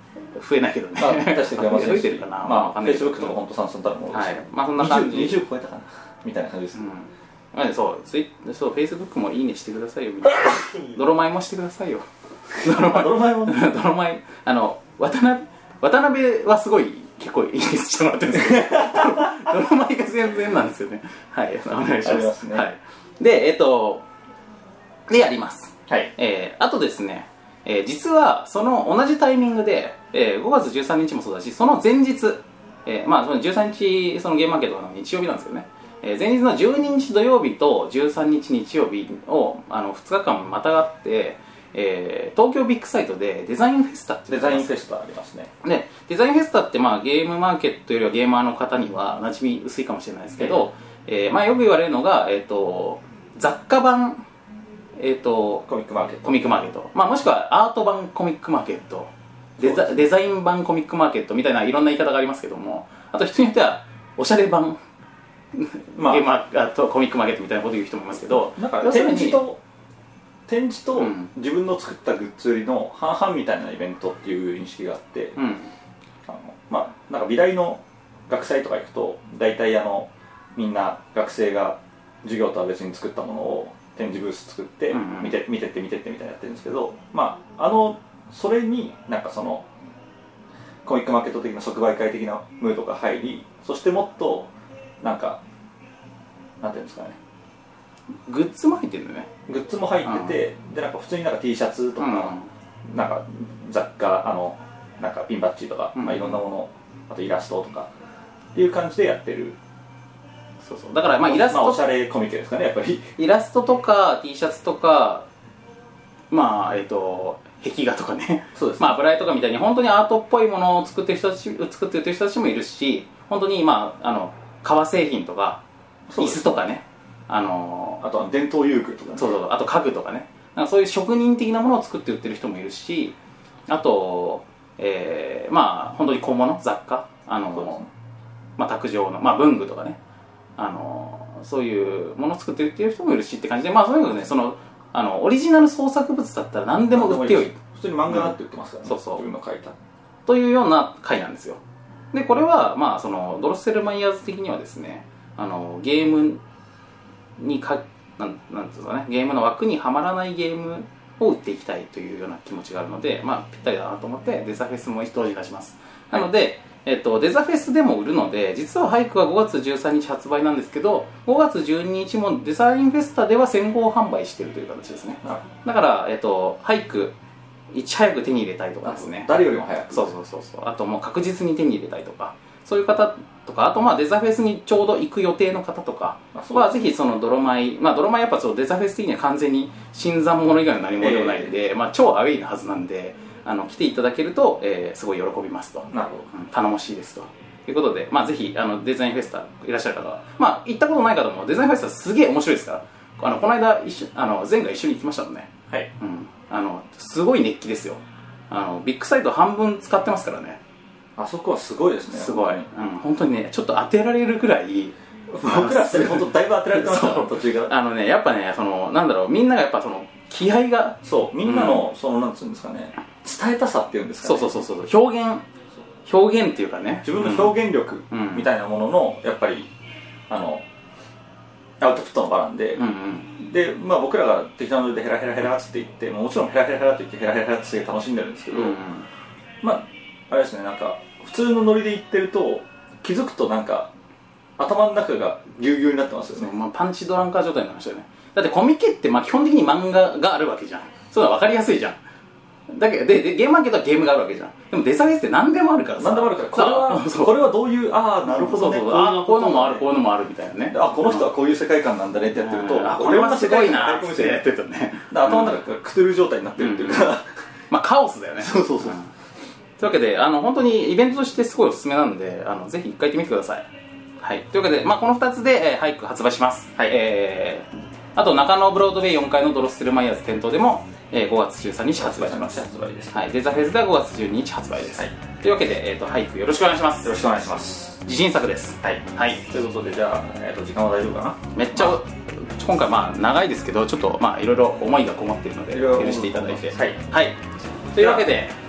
S2: 増えないけどね、
S3: まあ、出してくれませんし
S2: 増えてるかな、
S3: まあ、
S2: わかんないけど
S3: Facebook とか本当さんさんたるものです
S2: はい
S3: ね、
S2: まあそんな感じ
S3: にじゅう超えたかなみたいな感じです、
S2: うんまあ、そうツイそう Facebook もいいねしてくださいよみんな泥米もしてくださいよ泥米
S3: 泥米もね
S2: 泥米あの渡辺渡辺はすごい結構いいねしてもらってるんですけど泥米が全然なんですよねはいお願いします、
S3: ありますね、
S2: はい、でえっとでやります、
S3: はい
S2: えー、あとですね、えー、実はその同じタイミングで、えー、ごがつじゅうさんにちもそうだしその前日、えー、まあそのじゅうさんにちそのゲームマーケットの日曜日なんですけどね、えー、前日のじゅうににち土曜日とじゅうさんにち日曜日をあのふつかかんまたがって、えー、東京ビッグサイトでデザインフェスタって
S3: デザインフェスタありますね
S2: でデザインフェスタって、まあ、ゲームマーケットよりはゲーマーの方には馴染み薄いかもしれないですけど、えーまあ、よく言われるのが、えー、と雑貨版えー、と
S3: コミックマーケット
S2: コミックマーケット、まあ、もしくはアート版コミックマーケットデザ、デザイン版コミックマーケットみたいないろんな言い方がありますけどもあと人によってはおしゃれ版、まあ、ゲーマーとコミックマーケットみたいなこと言う人もいますけど
S3: なんか展示と展示と
S2: うん
S3: 自分の作ったグッズ売りの半々みたいなイベントっていう認識があって、
S2: うん
S3: あのまあなんか美大の学祭とか行くと大体あのみんな学生が授業とは別に作ったものを展示ブース作って
S2: うんうん
S3: 見て、見てって見てってみたいなやってるんですけど、まああのそれになんかそのコミックマーケット的な即売会的なムードが入り、そしてもっとなんかなんていうんですかね、
S2: グッズも入ってるんだよね
S3: グッズも入ってて、でなんか普通になんか T シャツとか、なんか雑貨あのなんかピンバッジとか、
S2: うん
S3: まあ、いろんなもの、あとイラストとかっていう感じでやってる。
S2: そうそうだからまあイラスト、
S3: まあ、おしゃれコミケですかねやっぱり
S2: イラストとか T シャツとかまあえっ、と壁画とかね
S3: そうですね、
S2: まあブライとかみたいに本当にアートっぽいものを作ってる人たち作ってる人たちもいるし本当にまああの革製品とか椅子とかねあの
S3: あとは伝統遊具とかね、
S2: そうそうそうあと家具とかねなんかそういう職人的なものを作って売ってる人もいるしあと、えー、まあ本当に小物雑貨あの、
S3: ね、
S2: まあ卓上のまあ文具とかねあのそういうものを作ってるっていう人もいるしって感じでまあそういうのねそのあのオリジナル創作物だったら何でも売ってよい
S3: 普通に漫画だって売ってますからね、
S2: うん、そうそう
S3: 自分の描いた
S2: というような回なんですよでこれはまあそのドロッセルマイヤーズ的にはですねあのゲームにかなんなんていうんですかねゲームの枠にはまらないゲームを売っていきたいというような気持ちがあるのでまあぴったりだなと思ってデザフェスも同時に出しますなので、えっと、デザフェスでも売るので実はハイクはごがつじゅうさんにち発売なんですけどごがつじゅうににちもデザインフェスタでは先行販売しているという形ですねだから、えっと、ハイクいち早く手に入れたいとかですね
S3: 誰よりも早く
S2: そうそうそうそうあともう確実に手に入れたいとかそういう方とかあとまあデザフェスにちょうど行く予定の方とかはぜひその泥米まあ泥米やっぱそうデザフェス的には完全に新参者以外の何者でもないんで、えー、まあ超アウェイなはずなんであの来ていただけると、えー、すごい喜びますと
S3: なるほど、
S2: うん、頼もしいですということで、まあ、ぜひあのデザインフェスタいらっしゃる方は、まあ、行ったことない方もデザインフェスタすげえ面白いですからあのこの間一緒あの前回一緒に行きましたもんね、
S3: はい
S2: うん、あのすごい熱気ですよあのビッグサイト半分使ってますからね
S3: あそこはすごいですね
S2: すごい、うん、本当にねちょっと当てられるくらい
S3: 僕らって本当だいぶ当てられてましたから途中から
S2: あのねやっぱねそのなんだろうみんながやっぱその気合が
S3: そうみんなの、うん、そのなんつうんですかね伝えたさっていうんですかね
S2: そうそうそうそう表現表現っていうかね
S3: 自分の表現力みたいなものの、うん、やっぱりあのアウトプットの場なんで、うんうん、で、まあ、僕らが適当なのでヘラヘラヘラって言ってもちろんヘラヘラヘラって言ってヘラヘラヘラってすげえ楽しんでるんですけど、うんうん、まああれですねなんか普通のノリで言ってると気づくとなんか頭の中がギュウギュウになってますよね、
S2: まあ、パンチドランカー状態になりましたよねだってコミケってまあ基本的に漫画があるわけじゃんそういうの分かりやすいじゃんだけどででゲームマーケットはゲームがあるわけじゃんでもデザフェスって何でもあるからさ
S3: 何でもあるからこれはこれはどういうああなるほどね
S2: そうそうああこういうのもあるこういうのもあるみたいなね
S3: あこの人はこういう世界観なんだねってやってると、うん、
S2: あこれはすごいなってやってるとね
S3: 頭の中がクトゥル状態になってるっていうか、うん、
S2: まあカオスだよね
S3: そうそうそう、うん、
S2: というわけであの本当にイベントとしてすごいおすすめなんであのぜひ一回行ってみてくださいはいというわけで、まあ、このふたつで、えー、ハイク発売します、はいえー、あと中野ブロードウェイよんかいのドロッセルマイヤーズ店頭でもえー、ごがつじゅうさんにち発売します。
S3: 発売です。
S2: はい、デザフェスではごがつじゅうににち発売です。はい、というわけで、えーと、ハイクよろしくお願いします。
S3: よろしくお願いします。
S2: 自信作です。はい。はい。
S3: ということで、じゃあ、えーと、時間は大丈夫かな？
S2: めっちゃ、まあ、今回まあ長いですけど、ちょっとまあいろいろ思いがこもっているので、許していただいて。
S3: はい。
S2: はい。というわけで、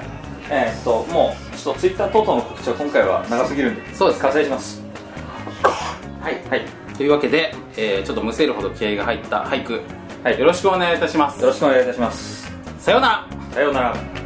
S3: えー、っともうちょっとツイッター等々の告知は今回は長すぎるんで、
S2: そうです
S3: 割愛します。
S2: はい、はい、というわけで、えー、ちょっとむせるほど気合が入った俳句、
S3: はい、
S2: よろしくお願いいたします。
S3: よろしくお願いいたします。
S2: さようなら。
S3: さようなら。